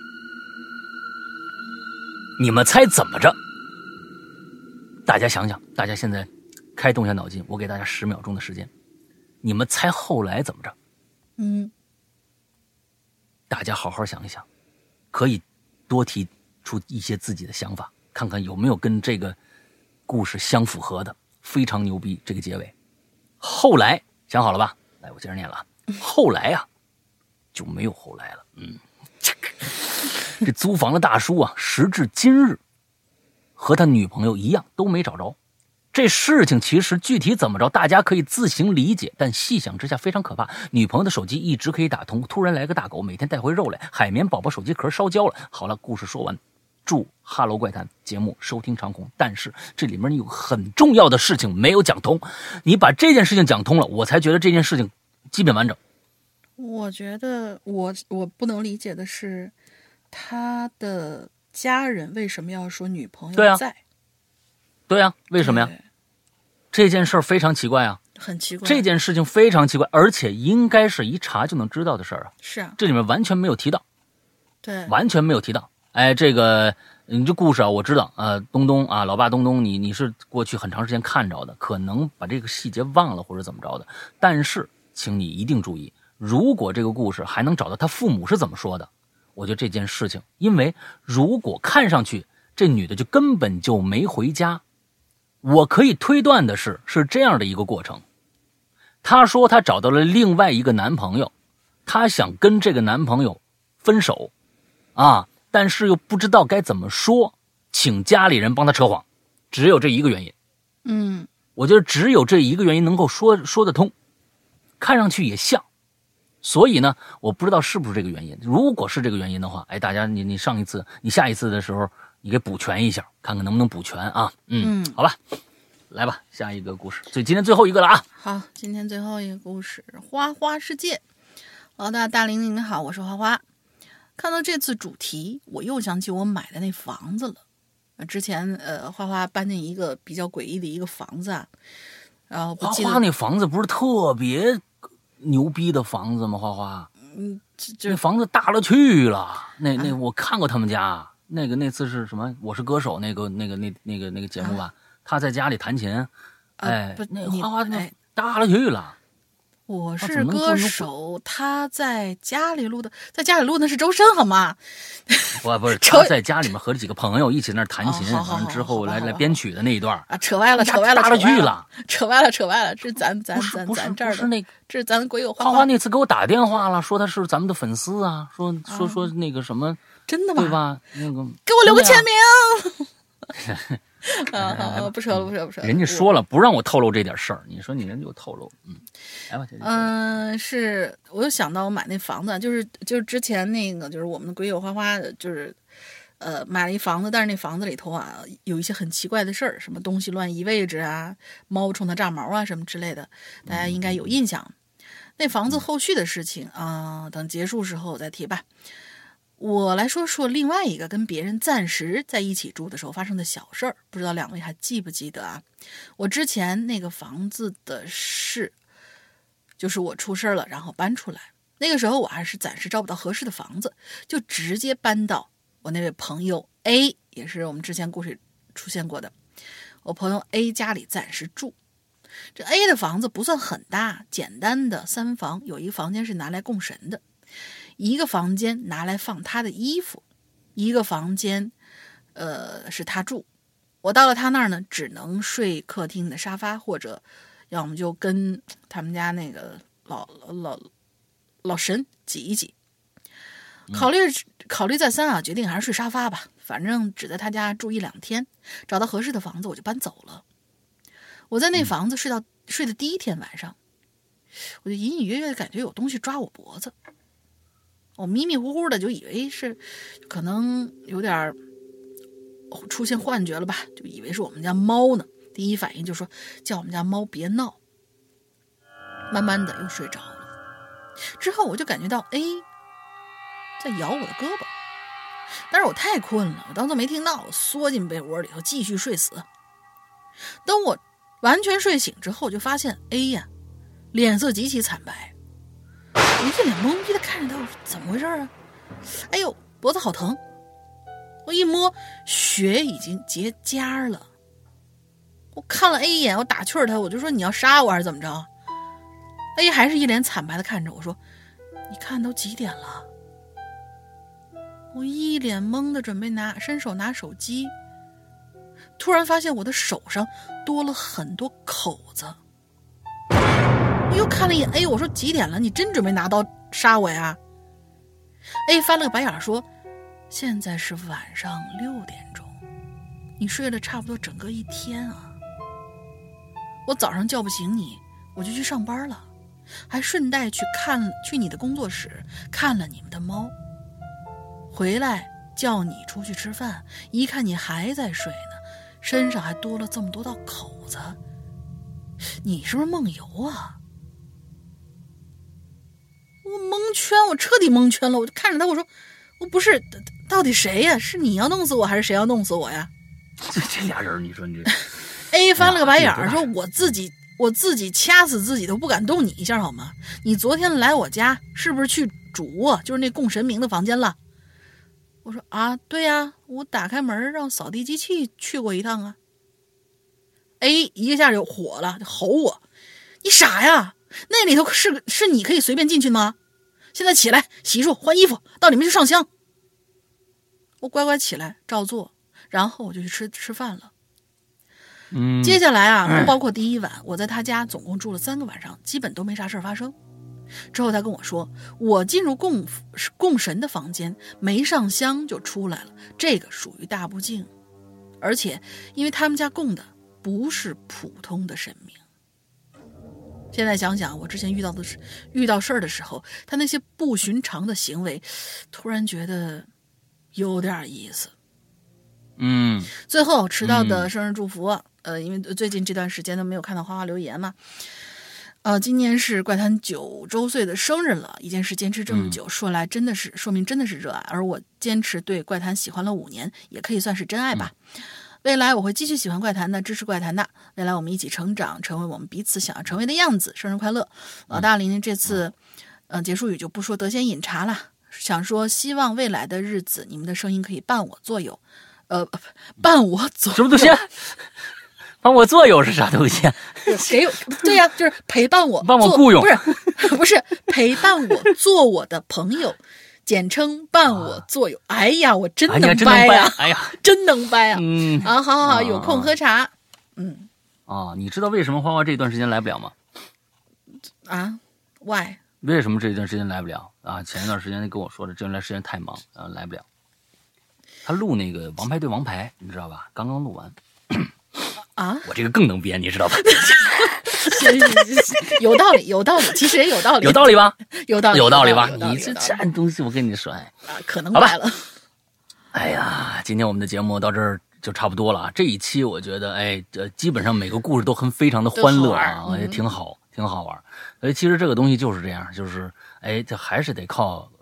你们猜怎么着？大家想想，大家现在开动一下脑筋，我给大家十秒钟的时间，你们猜后来怎么着？ 嗯， 大家好好想一想，可以多提出一些自己的想法，看看有没有跟这个故事相符合的。非常牛逼，这个结尾。后来想好了吧？来，我接着念了。后来啊，就没有后来了。嗯，这租房的大叔啊，时至今日和他女朋友一样都没找着。这事情其实具体怎么着，大家可以自行理解，但细想之下非常可怕。女朋友的手机一直可以打通，突然来个大狗，每天带回肉来，海绵宝宝手机壳烧焦了。好了，故事说完。祝哈喽怪谈节目收听长虹，但是这里面有很重要的事情没有讲通，你把这件事情讲通了，我才觉得这件事情基本完整。 我觉得我我不能理解的是，他的家人为什么要说女朋友对啊在？ 对啊，为什么呀？这件事儿非常奇怪啊， 很奇怪。 这件事情非常奇怪，而且应该是一查就能知道的事儿啊。 是啊， 这里面完全没有提到， 对， 完全没有提到。哎，这个你这故事啊，我知道，呃，东东啊，老爸东东，你你是过去很长时间看着的，可能把这个细节忘了或者怎么着的。但是，请你一定注意，如果这个故事还能找到他父母是怎么说的，我觉得这件事情，因为如果看上去这女的就根本就没回家，我可以推断的是，是这样的一个过程。她说她找到了另外一个男朋友，她想跟这个男朋友分手，啊。但是又不知道该怎么说，请家里人帮他扯谎，只有这一个原因。 嗯， 我觉得只有这一个原因能够说说得通，看上去也像。所以呢，我不知道是不是这个原因。如果是这个原因的话，哎，大家你你上一次你下一次的时候，你给补全一下，看看能不能补全啊。嗯， 嗯好吧，来吧，下一个故事，所以今天最后一个了啊。 好，今天最后一个故事，花花世界。老大大玲玲你好，我是花花。看到这次主题，我又想起我买的那房子了。之前呃，花花搬进一个比较诡异的一个房子啊，然后不记得花花那房子不是特别牛逼的房子吗？花花， 嗯，这那房子大了去了。那那我看过他们家，那个那次是什么？我是歌手那个那个那那个那个节目吧？他在家里弹琴，哎， 不那你花花那哎大了去了。 我是他怎么能做歌那么手，他在家里录的，在家里录的是周深，好吗？ 不不是， 扯他在家里面和几个朋友一起在那儿弹琴， 哦好好好完了之后来好吧好吧来编曲的那一段啊，扯歪了，扯歪了， 大了扯歪去了， 扯歪了，扯歪了，这是咱咱咱不是不是咱这儿的， 不是那个这是咱鬼友花花花那次给我打电话了，说他是咱们的粉丝啊，说说说那个什么， 真的吗？ 对吧？那个给我留个签名。 啊啊，不扯了，不扯了，不扯了。 人家说了不让我透露这点事儿，你说你人家又透露，嗯，来吧，姐姐。 嗯，是，我又想到我买那房子，就是就是之前那个，就是我们的鬼友花花，就是呃买了一房子，但是那房子里头啊有一些很奇怪的事儿，什么东西乱移位置啊，猫冲它炸毛啊什么之类的，大家应该有印象。那房子后续的事情啊、呃，等结束时候我再提吧。我来说说另外一个跟别人暂时在一起住的时候发生的小事儿，不知道两位还记不记得啊？我之前那个房子的事， 就是我出事了，然后搬出来。那个时候我还是暂时找不到合适的房子，就直接搬到我那位朋友 A， 也是我们之前故事出现过的，我朋友 A 家里暂时住。这 A 的房子不算很大，简单的三房，有一个房间是拿来供神的，一个房间拿来放他的衣服，一个房间呃是他住。我到了他那儿呢，只能睡客厅的沙发，或者要么就跟他们家那个老老老神挤一挤。考虑考虑再三啊，决定还是睡沙发吧，反正只在他家住一两天，找到合适的房子我就搬走了。我在那房子睡到、嗯、睡的第一天晚上，我就隐隐约约的感觉有东西抓我脖子，我迷迷糊糊的就以为是可能有点出现幻觉了吧，就以为是我们家猫呢。第一反应就说叫我们家猫别闹，慢慢的又睡着了。之后我就感觉到 A 在咬我的胳膊，但是我太困了，我当做没听到，我缩进被窝里头继续睡死。等我完全睡醒之后，就发现 A 呀脸色极其惨白，我一脸懵逼的看着他，我说怎么回事啊？哎呦，脖子好疼！我一摸，血已经结痂了。我看了 A 一眼，我打趣他，我就说你要杀我还是怎么着？ A 还是一脸惨白的看着我说，你看都几点了？我一脸懵的准备拿伸手拿手机，突然发现我的手上多了很多口子。我又看了一眼 A， 我说几点了？你真准备拿刀杀我呀？ A 翻了个白眼说，现在是晚上六点钟，你睡了差不多整个一天啊。我早上叫不醒你，我就去上班了，还顺带去看去你的工作室看了你们的猫，回来叫你出去吃饭，一看你还在睡呢，身上还多了这么多道口子，你是不是梦游啊？我蒙圈，我彻底蒙圈了，我就看着他，我说我不是，到底谁呀？是你要弄死我还是谁要弄死我呀？ 这这俩人你说你这 A 翻了个白眼儿，说我自己我自己掐死自己都不敢动你一下好吗？你昨天来我家是不是去主卧，就是那供神明的房间了？我说啊，对呀，我打开门让扫地机器去过一趟啊。A 一下就火了，就吼我，你傻呀？那里头是是你可以随便进去吗？现在起来洗漱换衣服，到里面去上香。我乖乖起来照做，然后我就去吃吃饭了。 嗯， 接下来啊，不包括第一晚，我在他家总共住了三个晚上，基本都没啥事发生。之后他跟我说，我进入供供神的房间，没上香就出来了，这个属于大不敬，而且因为他们家供的不是普通的神明。现在想想，我之前遇到的是遇到事儿的时候，他那些不寻常的行为，突然觉得有点意思。 嗯， 最后迟到的生日祝福、嗯、呃，因为最近这段时间都没有看到花花留言嘛。呃，今年是怪谈九周岁的生日了，一件事坚持这么久，嗯、说来真的是说明真的是热爱，而我坚持对怪谈喜欢了五年，也可以算是真爱吧。嗯、未来我会继续喜欢怪谈的，支持怪谈的。未来我们一起成长，成为我们彼此想要成为的样子。生日快乐，老大林！这次，嗯、呃，结束语就不说得闲饮茶了，想说希望未来的日子，你们的声音可以伴我左右，呃，伴我左右。 什么东西？伴我左右是啥东西？ 给对呀、啊，就是陪伴我， 伴我雇佣， 不是不是陪伴我做我的朋友。简称伴我左右。哎呀，我真能掰呀！ 哎呀， 真能掰呀！ 嗯啊，好好好，有空喝茶。嗯， 啊，你知道为什么花花这段时间来不了吗？ 啊 ，why？ 为什么这段时间来不了啊？前一段时间跟我说的，这段时间太忙，啊，来不了。他录那个《王牌对王牌》，你知道吧？刚刚录完。 啊， 我这个更能编，你知道吧？ 有道理，有道理，其实也有道理， 有道理吧？ 有道理， 有道理吧？ 理你这这东西，我跟你说，哎， 啊，可能坏了。 哎呀，今天我们的节目到这儿就差不多了啊。这一期我觉得，哎，这基本上每个故事都很非常的欢乐啊，也挺好，挺好玩。所以其实这个东西就是这样，就是哎，这还是得靠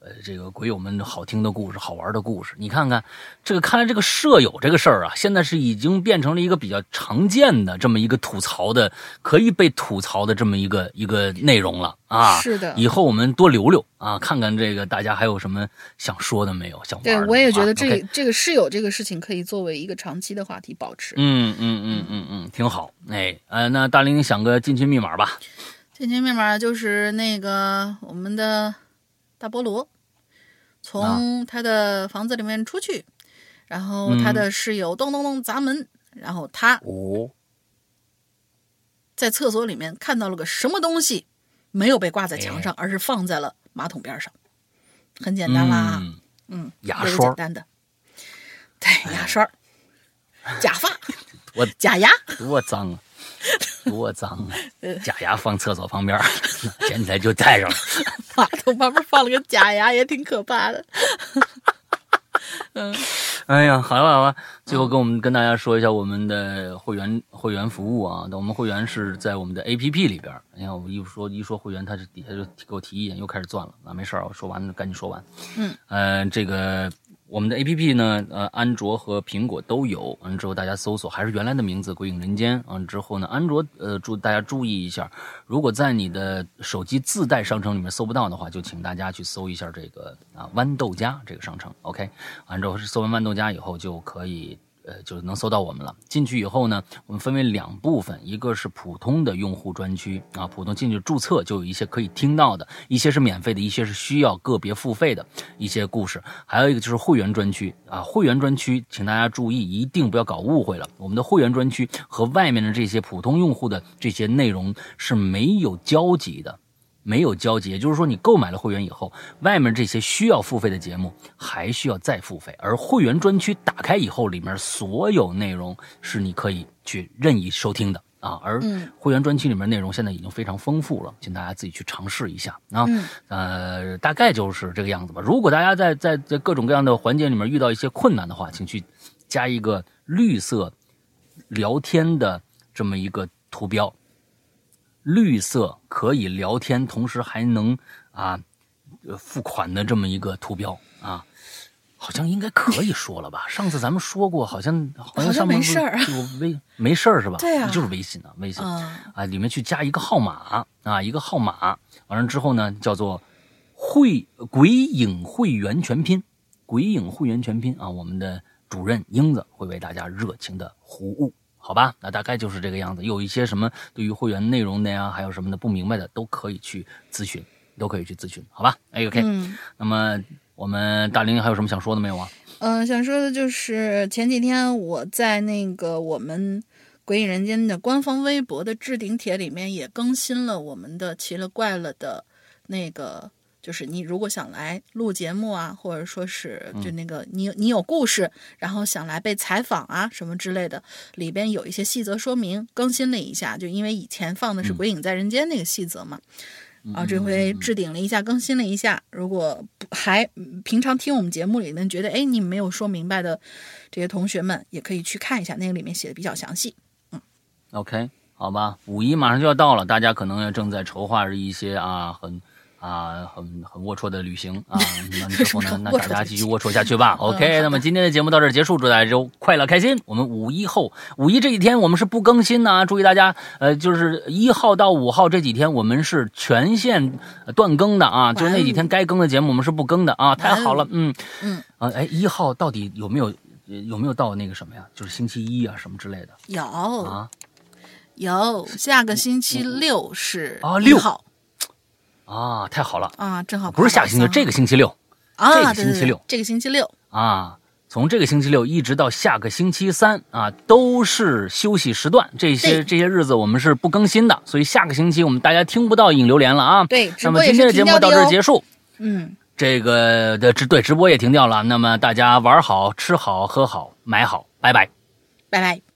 呃这个鬼友们好听的故事、好玩的故事。你看看这个，看来这个舍友这个事儿啊，现在是已经变成了一个比较常见的这么一个吐槽的，可以被吐槽的这么一个一个内容了啊。 是的， 以后我们多留留啊，看看这个大家还有什么想说的没有？想玩的。 对，我也觉得这、 啊 okay、 这个室友这个事情可以作为一个长期的话题保持。 嗯嗯嗯嗯嗯，挺好。哎，呃，那大林想个进群密码吧。 进群密码就是那个我们的大菠萝从他的房子里面出去，啊、然后他的室友咚咚咚砸门，嗯、然后他哦在厕所里面看到了个什么东西，没有被挂在墙上，哎、而是放在了马桶边上。很简单啦，嗯，嗯牙刷， 简单的，对，牙刷，哎、假发， 我假牙， 多脏啊！多脏啊！假牙放厕所旁边，捡起来就戴上了。 马桶旁边放了个假牙，也挺可怕的。嗯， 哎呀，好了好了，最后跟我们跟大家说一下我们的会员会员服务啊。我们会员是在我们的 A P P 里边。你看我一说一说会员，他是底下就给我提意见，又开始钻了。那没事儿，我说完了赶紧说完。 嗯， 呃，这个。我们的 A P P 呢，呃，安卓和苹果都有。完之后大家搜索还是原来的名字"鬼影人间"。完之后呢，安卓呃，注大家注意一下，如果在你的手机自带商城里面搜不到的话，就请大家去搜一下这个啊豌豆荚这个商城。OK， 完之后是搜完豌豆荚以后就可以。呃，就能搜到我们了。进去以后呢，我们分为两部分，一个是普通的用户专区啊，普通进去注册就有一些可以听到的，一些是免费的，一些是需要个别付费的一些故事。还有一个就是会员专区啊，会员专区，请大家注意，一定不要搞误会了。我们的会员专区和外面的这些普通用户的这些内容是没有交集的。没有交集，也就是说你购买了会员以后，外面这些需要付费的节目还需要再付费，而会员专区打开以后，里面所有内容是你可以去任意收听的啊。而会员专区里面内容现在已经非常丰富了，请大家自己去尝试一下啊。呃，大概就是这个样子吧。如果大家在在在各种各样的环节里面遇到一些困难的话，请去加一个绿色聊天的这么一个图标。绿色可以聊天，同时还能啊付款的这么一个图标啊，好像应该可以说了吧？上次咱们说过，好像好像上面没事儿， 微没事儿是吧？ 对啊， 就是微信啊，微信、 嗯、 啊，里面去加一个号码啊，一个号码，完了之后呢，叫做会鬼影会员全拼，鬼影会员全拼啊，我们的主任英子会为大家热情的服务。好吧，那大概就是这个样子。有一些什么对于会员内容的呀，还有什么的不明白的，都可以去咨询，都可以去咨询，好吧？哎 ，OK、嗯。那么我们大林还有什么想说的没有啊？ 嗯、呃，想说的就是前几天我在那个我们鬼影人间的官方微博的置顶帖里面也更新了我们的奇了怪了的那个。就是你如果想来录节目啊，或者说是就那个你你有故事，然后想来被采访啊什么之类的，里边有一些细则说明更新了一下，就因为以前放的是《鬼影在人间》那个细则嘛， 嗯、 啊，这回置顶了一下，更新了一下。如果还平常听我们节目里面觉得哎你没有说明白的这些同学们，也可以去看一下，那个里面写的比较详细。嗯 ，OK， 好吧，五一马上就要到了，大家可能也正在筹划着一些啊很。啊，很很龌龊的旅行啊！那之后呢，那大家继续龌龊下去吧。OK， 那么今天的节目到这儿结束，祝大家周快乐开心。我们五一后，五一这几天我们是不更新的啊！注意大家，呃，就是一号到五号这几天我们是全线断更的啊，就是那几天该更的节目我们是不更的啊！太好了，嗯嗯啊，哎，一号到底有没有有没有到那个什么呀？就是星期一啊什么之类的？ 有啊， 有，下个星期六是啊六号。 啊，太好了啊，正好不是下个星期，这个星期六啊， 这个星期六， 对对对这个星期六啊，从这个星期六一直到下个星期三啊，都是休息时段，这些这些日子我们是不更新的，所以下个星期我们大家听不到引流连了啊。 对， 那么今天的节目到这儿结束， 嗯， 这个的直对直播也停掉了，那么大家玩好、吃好、喝好、买好，拜拜， 拜拜。